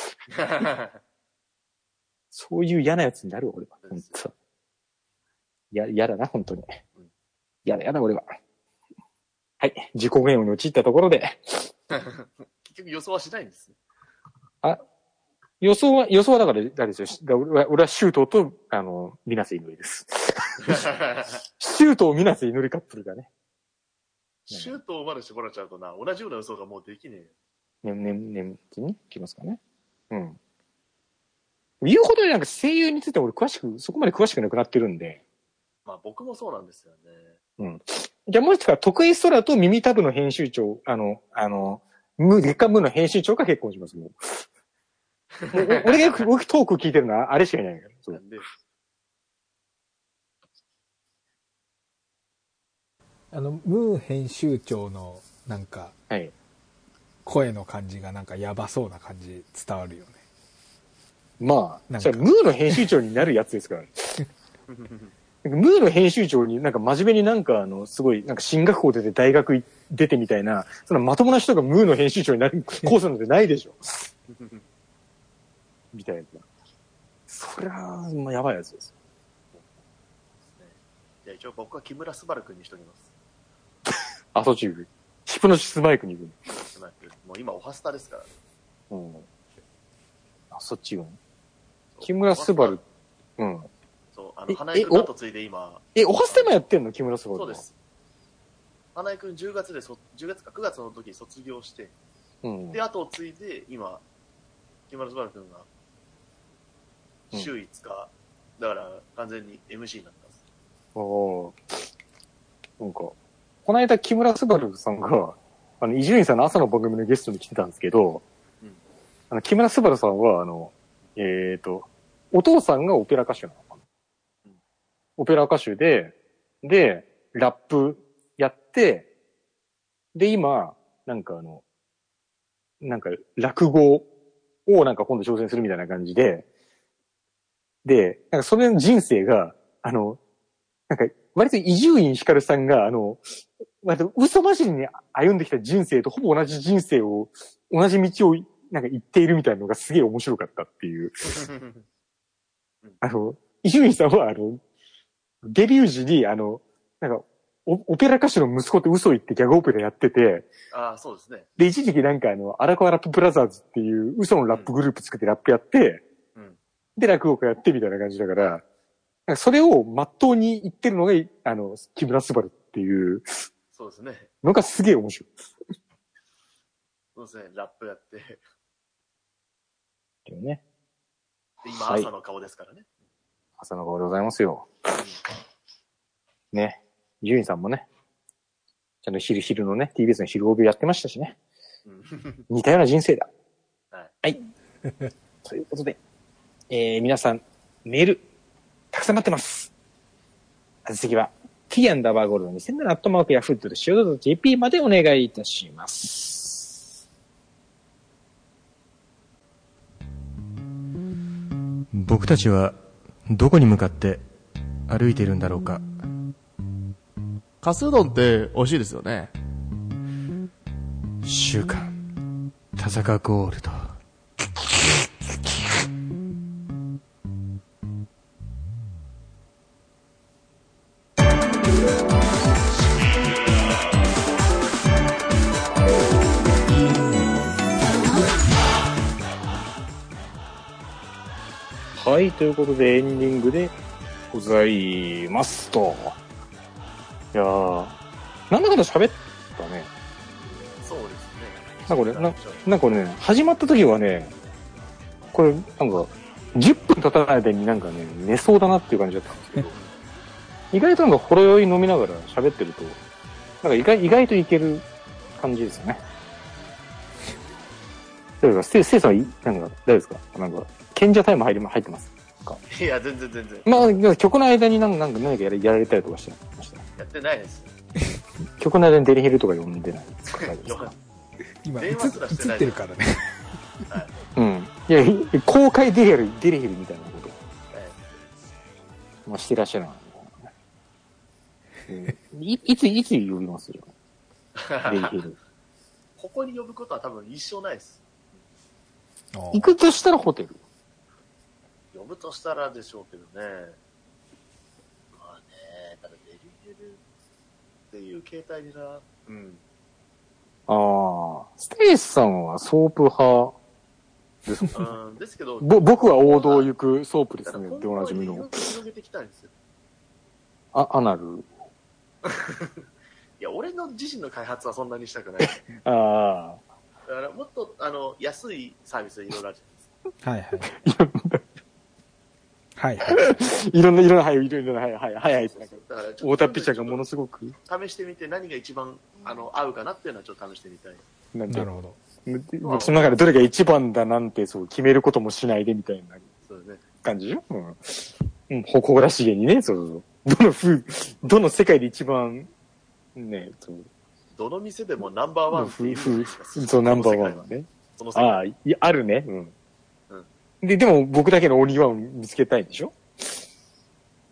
そういう嫌なやつになるわ、俺は。本当。や、嫌だな、本当に。嫌だ、嫌だ、俺は。はい。自己嫌悪に陥ったところで。 結局予想はしないんですね。 あ、予想は、予想はだから、誰ですよ。俺は、俺はシュートと、あの、水瀬祈りです。シュートを水瀬祈りカップルがね。 シュートをまで絞られちゃうとな、同じような予想がもうできねえよ。 ね、ね、ね、に来ますかね。うん。言うほどなんか声優について俺詳しく、そこまで詳しくなくなってるんで。 まあ僕もそうなんですよね。 うん。じゃあもしか徳井空と耳たぶの編集長、あの、あの、月刊ムーの編集長が結婚します、もう。もう俺がよく、僕トーク聞いてるのはあれしかいないから。そう。なんであの、ムー編集長の、なんか、はい。声の感じがなんかやばそうな感じ伝わるよね。 まあ、じゃあムーの編集長になるやつですからね。 ムーの編集長になんか真面目になんかあの、すごい、なんか進学校出て大学出てみたいな、そのまともな人がムーの編集長になるコースなんてないでしょ。みたいな。そりゃあ、まあ、やばいやつです。 じゃあ一応僕は木村昴君にしときます。 あ、そっち行く。ヒプノシスマイクに行く。 もう今オハスタですから。 うん。あ、そっち行く。木村昴。うん。 そう、あの、花江くんの後継いで今。 え、おはステもやってんの木村昴。 そうです。花江くんじゅうがつで、そじゅうがつかくがつの時に卒業して、うん、で、後を継いで、今、木村昴くんが、週いつか、うん、だから完全に エムシー になったんです。 おー。なんか、この間木村昴さんが、あの、伊集院さんの朝の番組のゲストに来てたんですけど、うん、あの、木村昴さんは、あの、えっと、お父さんがオペラ歌手なのかな、うん、オペラ歌手で、で、ラップやって、で、今、なんかあの、なんか落語をなんか今度挑戦するみたいな感じで、で、なんかそれの人生が、あの、なんか割と伊集院光さんが、あの、割と嘘まじりに歩んできた人生とほぼ同じ人生を、同じ道をなんか行っているみたいなのがすげえ面白かったっていう。あの、伊集院さんは、あの、デビュー時に、あの、なんか、オペラ歌手の息子って嘘言ってギャグオペラやってて、 ああ、そうですね。 で、一時期なんかあの、荒川ラップブラザーズっていう嘘のラップグループ作ってラップやって、うん、で、落語家やってみたいな感じだから、なんかそれを真っ当に言ってるのが、あの、木村昴っていう、 そうですね。 のがすげえ面白い。 そうですね、ラップやって。 でもね。 で今、朝の顔ですからね。はい、 朝の顔でございますよ。うん、ね。伊集院さんもね、ちゃんと昼昼のね、ティービーエス の昼帯やってましたしね。うん、似たような人生だ。はい。はい。ということで、えー、皆さん、メール、たくさん待ってます。あずきは、t アンダーバーゴールドにせんななアットマークヤフードシオドット ジェーピー までお願いいたします。 僕たちは、どこに向かって歩いているんだろうか。 かすうどんって美味しいですよね。 週刊田坂ゴールド。 はい、ということでエンディングでございますと。いやー、なんだかんだ喋ったね。 そうですね。 なんかこれ、ななんかこれね、始まった時はね、これ、なんか、じゅっぷん経たない間になんかね、寝そうだなっていう感じだったんですけど、意外となんかほろ酔い飲みながら喋ってると、なんか意外、意外といける感じですよね。大丈夫ですか？ステイ、ステイさんは、なんか、大丈夫ですか？なんか、賢者タイム入り、入ってますか？ いや、全然全然。 まあ、曲の間になんか、なんか何かやらやられたりとかしてました。 やってないです。 曲の間にデリヘルとか読んでないですか？ 今映、映ってるからね。 はい、うん。いや、公開デリヘル、デリヘルみたいなこと。はい、まあ、してらっしゃるの、うん、い。いつ、いつ呼びますよ。デリヘル。 ここに呼ぶことは多分一生ないです。 行くとしたらホテル。 呼ぶとしたらでしょうけどね。まあね、ただデリヘルっていう形態にな、うん。 ああ、ステイスさんはソープ派ですか？ うん、ですけど、 ぼ僕は王道行くソープですねっておなじみの。 広げていきたいんですよ。 あ、アナル。 いや、俺の自身の開発はそんなにしたくない。 ああ。 だからもっと、あの、安いサービスいろいろあるじゃないですか。はいはい。はいはい。 いろんな、いろんな、はい、いろんな、はい、はい、はい、はい。だから、太田ピッチャーがものすごく。 試してみて何が一番、あの、合うかなっていうのはちょっと試してみたい。 なるほど。その中でどれが一番だなんて、そう、決めることもしないでみたいな感じよ。うん。うん、誇らしげにね、そうそうそう。どの風、どの世界で一番、ね、そう。 どの店でもナンバーワンっていう。 そう、ナンバーワンはね。ああ、いや、あるね。うん。うん。で、でも僕だけのオンリーワンを見つけたいんでしょ？ い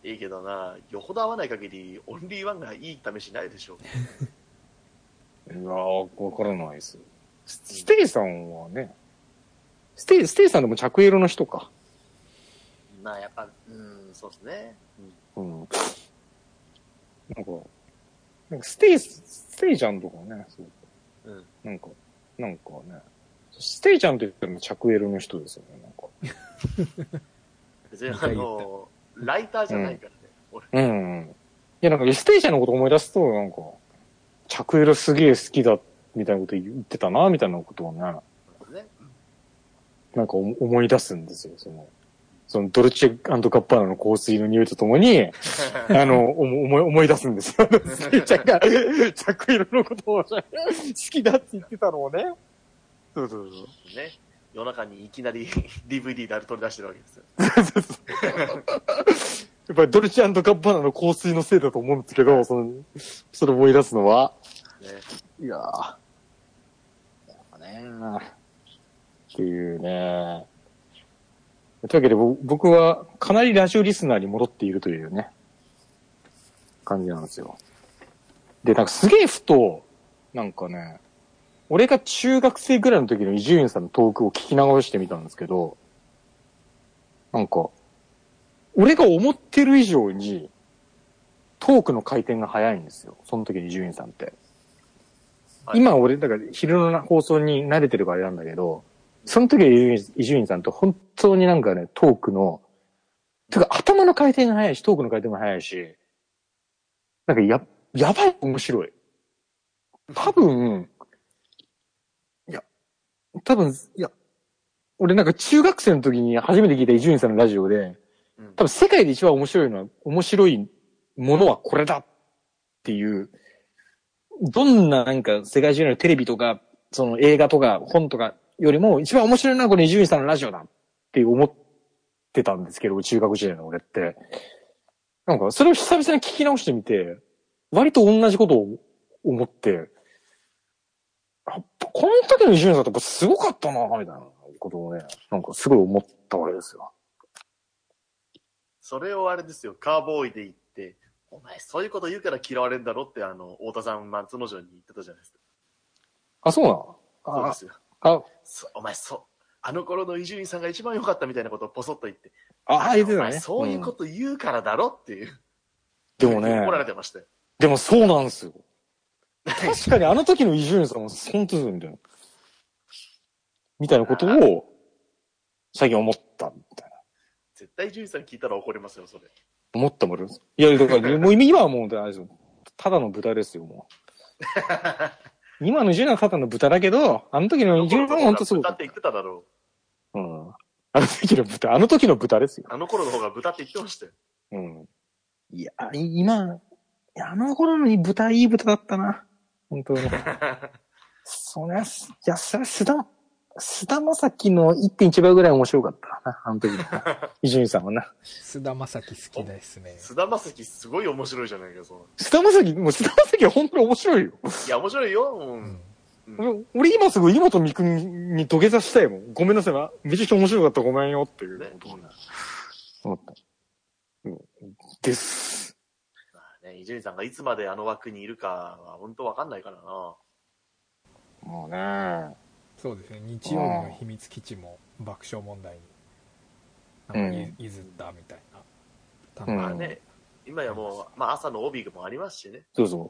いいけどな、よほど合わない限り、オンリーワンがいい試しないでしょ。 いやー、わからないです。ステイさんはね、ステイ、ステイさんでも着色の人か。 まあ、やっぱ、うん、そうですね。 うん。うん、なんか、なんかステイ、ステイちゃんとかね、そう。うん。なんか、なんかね、ステイちゃんと言っても着色の人ですよね、なんか。 別にあの、ライターじゃないからね、 うん、俺。うん。いや、なんかステイちゃんのこと思い出すと、なんか、着色すげえ好きだ、みたいなこと言ってたな、みたいなことをね、ねなんか思い出すんですよ、その。そのドルチェ&ガッバーナの香水の匂いとともに、あの、思い、思い出すんですよ。スケちゃんが着色のことを好きだって言ってたのをね。そうそうそう。 ね。夜中にいきなり ディーブイディー であれ取り出してるわけですよ。そうそうやっぱりドルチェ&ガッバーナの香水のせいだと思うんですけど、その、それ思い出すのは。ね、いやー。やっぱねー。っていうね。というわけで僕はかなりラジオリスナーに戻っているというね、感じなんですよ。で、なんかすげえふと、なんかね、俺が中学生ぐらいの時の伊集院さんのトークを聞き直してみたんですけど、なんか、俺が思ってる以上に、トークの回転が早いんですよ。その時の伊集院さんって。はい、今俺、だから昼の放送に慣れてるからあれなんだけど、その時の伊集院さんって本当になんかね、トークの、てか頭の回転が早いし、トークの回転も早いし、なんかや、やばい面白い。多分、いや、多分、いや、俺なんか中学生の時に初めて聞いた伊集院さんのラジオで、多分世界で一番面白いのは、面白いものはこれだっていう、どんななんか世界中のテレビとか、その映画とか本とかよりも一番面白いのはこの伊集院さんのラジオだって思ってたんですけど、中学時代の俺って。なんかそれを久々に聞き直してみて、割と同じことを思って、この時の伊集院さんってやっぱすごかったな、みたいなことをね、なんかすごい思ったわけですよ。 それをあれですよ、カーボーイで言って、お前そういうこと言うから嫌われるんだろって、あの、太田さん、松之丞に言ってたじゃないですか。 あ、そうなの？ そうですよ。 あ、 そお前そう、あの頃の伊集院さんが一番良かったみたいなことをポソッと言って。 ああ、言ってたね。お前そういうこと言うからだろっていう。 うん、でもね。 怒られてましたよ。 でもそうなんですよ。確かにあの時の伊集院さんも本当にみたいな。みたいなことを、最近思ったみたいな。 絶対伊集院さん聞いたら怒りますよ、それ。 思ったもん。いや、だから、もう今はもう、ただの豚ですよ、もう。今の伊集院はただの豚だけど、あの時の伊集院は本当そう。 豚って言ってただろう。うん。あの時の豚、あの時の豚ですよ。 あの頃の方が豚って言ってましたよ。 うん。いや、今、いや、あの頃の豚、いい豚だったな。本当に。そりゃ、いや、それは須田、須田まさきの いってんいち 倍ぐらい面白かったな、あの時の。伊集院さんはな。 須田まさき好きですね。 須田まさきすごい面白いじゃないか、その。 須田まさき、もう須田まさきは本当に面白いよ。 いや、面白いよ。うん。 うん、俺今すぐ井本美くんに土下座したいもん。ごめんなさいな。めちゃくちゃ面白かった。ごめんよっていうことをね。思った。うん。です。 まあね、伊集院さんがいつまであの枠にいるかは本当わかんないからな。 もうね。 そうですね。日曜日の秘密基地も爆笑問題になんか譲ったみたいな。 うん、まあね、今やもう、まあ朝の帯もありますしね。 そうそう。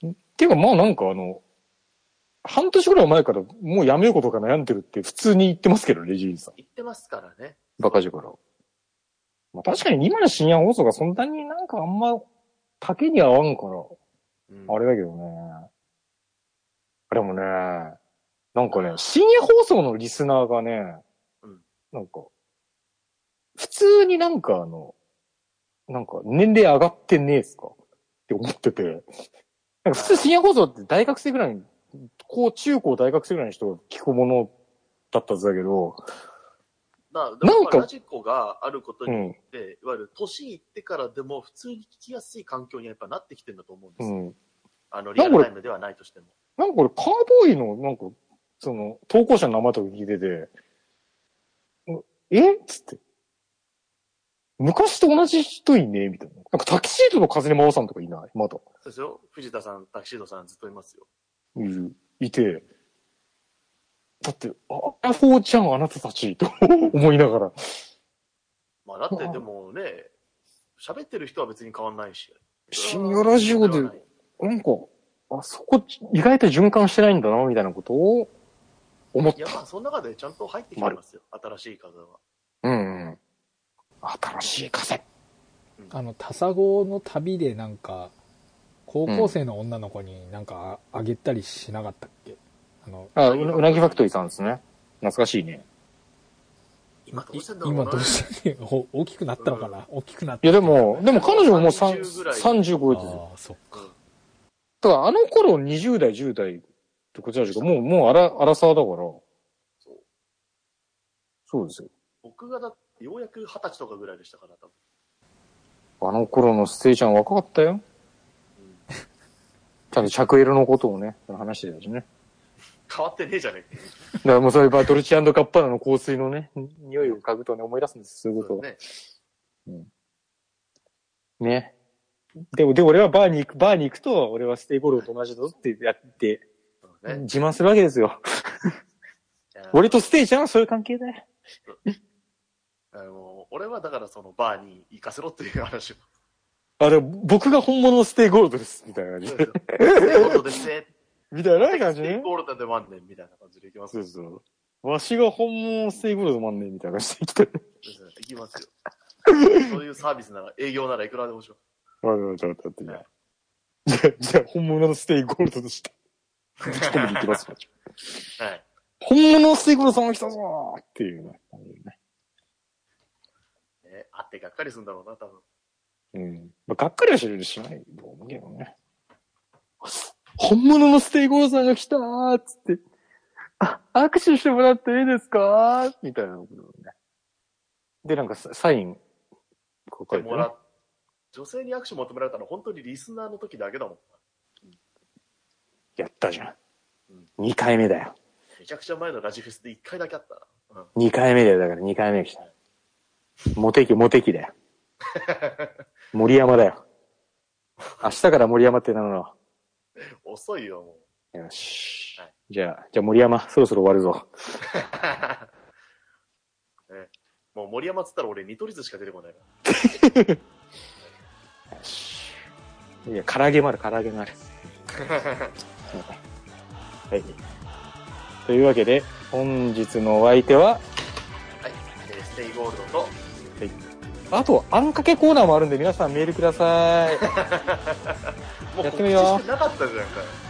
っていうかまあなんかあの、半年ぐらい前からもうやめようことか悩んでるって普通に言ってますけどね、ジーンさん。 言ってますからね。 バカ力。まあ確かに今の深夜放送がそんなになんかあんま丈に合わんから、うん、あれだけどね。でもね、なんかね、深夜放送のリスナーがね、うん、なんか、普通になんかあの、なんか年齢上がってねえっすかって思ってて、なんか普通深夜放送って大学生ぐらいに、高中高大学生ぐらいの人が聞くものだったはずだけど、 ななんかラジコがあることによって、うん、いわゆる年いってからでも普通に聞きやすい環境にやっぱなってきてるんだと思うんですよ。うん、あのリアルタイムではないとしても。 なんかこれカーボーイのなんかその投稿者の名前とか聞いてて、えっつって。 昔と同じ人いねみたいな。なんかタキシードの風間さんとかいないまだ。 そうですよ。藤田さん、タキシードさんずっといますよ。 いる。いて。だって、あ、アフォーちゃんあなたたちと思いながら。 まあだってでもね、喋ってる人は別に変わんないし。 深夜ラジオで、なんか、あそこ意外と循環してないんだな、みたいなことを思った。 いやまあその中でちゃんと入ってきてますよ。新しい風は。 うん、うん。新しい風。 あの、タサゴの旅でなんか、高校生の女の子になんかあげたりしなかったっけ、うん、あの、 あ、うなぎファクトリーさんですね。懐かしいね。 今どうしてんだろうな。 今どうしてんの大きくなったのかな、うん、大きくなった。 いやでも、でも彼女ももうさんじゅう超えてる。 ああ、そっか。 だからあの頃にじゅう代、じゅう代ってこちらですけど、もう、もうあら、あらさだから。そう。そうですよ。 僕がだってようやく二十歳とかぐらいでしたから、多分。 あの頃のステイちゃん若かったよ。うん、ちゃんと着色のことをね、話してたしね。 変わってねえじゃねえか。 だからもうそういうバドルチ&ガッパーナの香水のね、匂いを嗅ぐとね、思い出すんです、そういうことを。ね。うん。ね。でも、で、俺はバーに行く、バーに行くと、俺はステイゴールドと同じだぞってやって、ね、自慢するわけですよ。俺とステイちゃんはそういう関係だよ。 あの、俺はだからそのバーに行かせろっていう話を。 あ、でも僕が本物のステイゴールドです、みたいな感じで。 ステイゴールドですね。 みたいな感じね。 ステイゴールドで万年みたいな感じで行きます。 そうそう。わしが本物のステイゴールド万年みたいな感じで行きたい。 行きますよ。そういうサービスなら、営業ならいくらでもしよう。わかったわかった。じゃあ、じゃあ本物のステイゴールドでした。ぶち込みに行きますよ。はい。本物のステイゴールドさんが来たぞーっていうね。 え、会ってがっかりするんだろうな、多分。 うん。まあ、がっかりはしないと思うけどね。本物のステイゴールドさんが来たーっつって、あ、握手してもらっていいですかーみたいなことね。で、なんかサイン、こう書いて、ね、もら女性に握手求められたの本当にリスナーの時だけだもん。 うん、やったじゃん。うん、にかいめだよ。 めちゃくちゃ前のラジフェスでいっかいだけあったな。 うん、にかいめだよ、だからにかいめ来た。モテキ、モテキだよ。森山だよ。明日から森山って名乗ろう。遅いよ、もう。よし。はい、じゃあ、じゃあ森山、そろそろ終わるぞ。 ね、もう森山っつったら俺、見取り図しか出てこないから。よし。いや、唐揚げもある、唐揚げもある。はい。というわけで、本日のお相手は、はい、 ステイゴールドと、はい。 あと、あんかけコーナーもあるんで、皆さんメールください。 もうやってみよう。なかったじゃんか。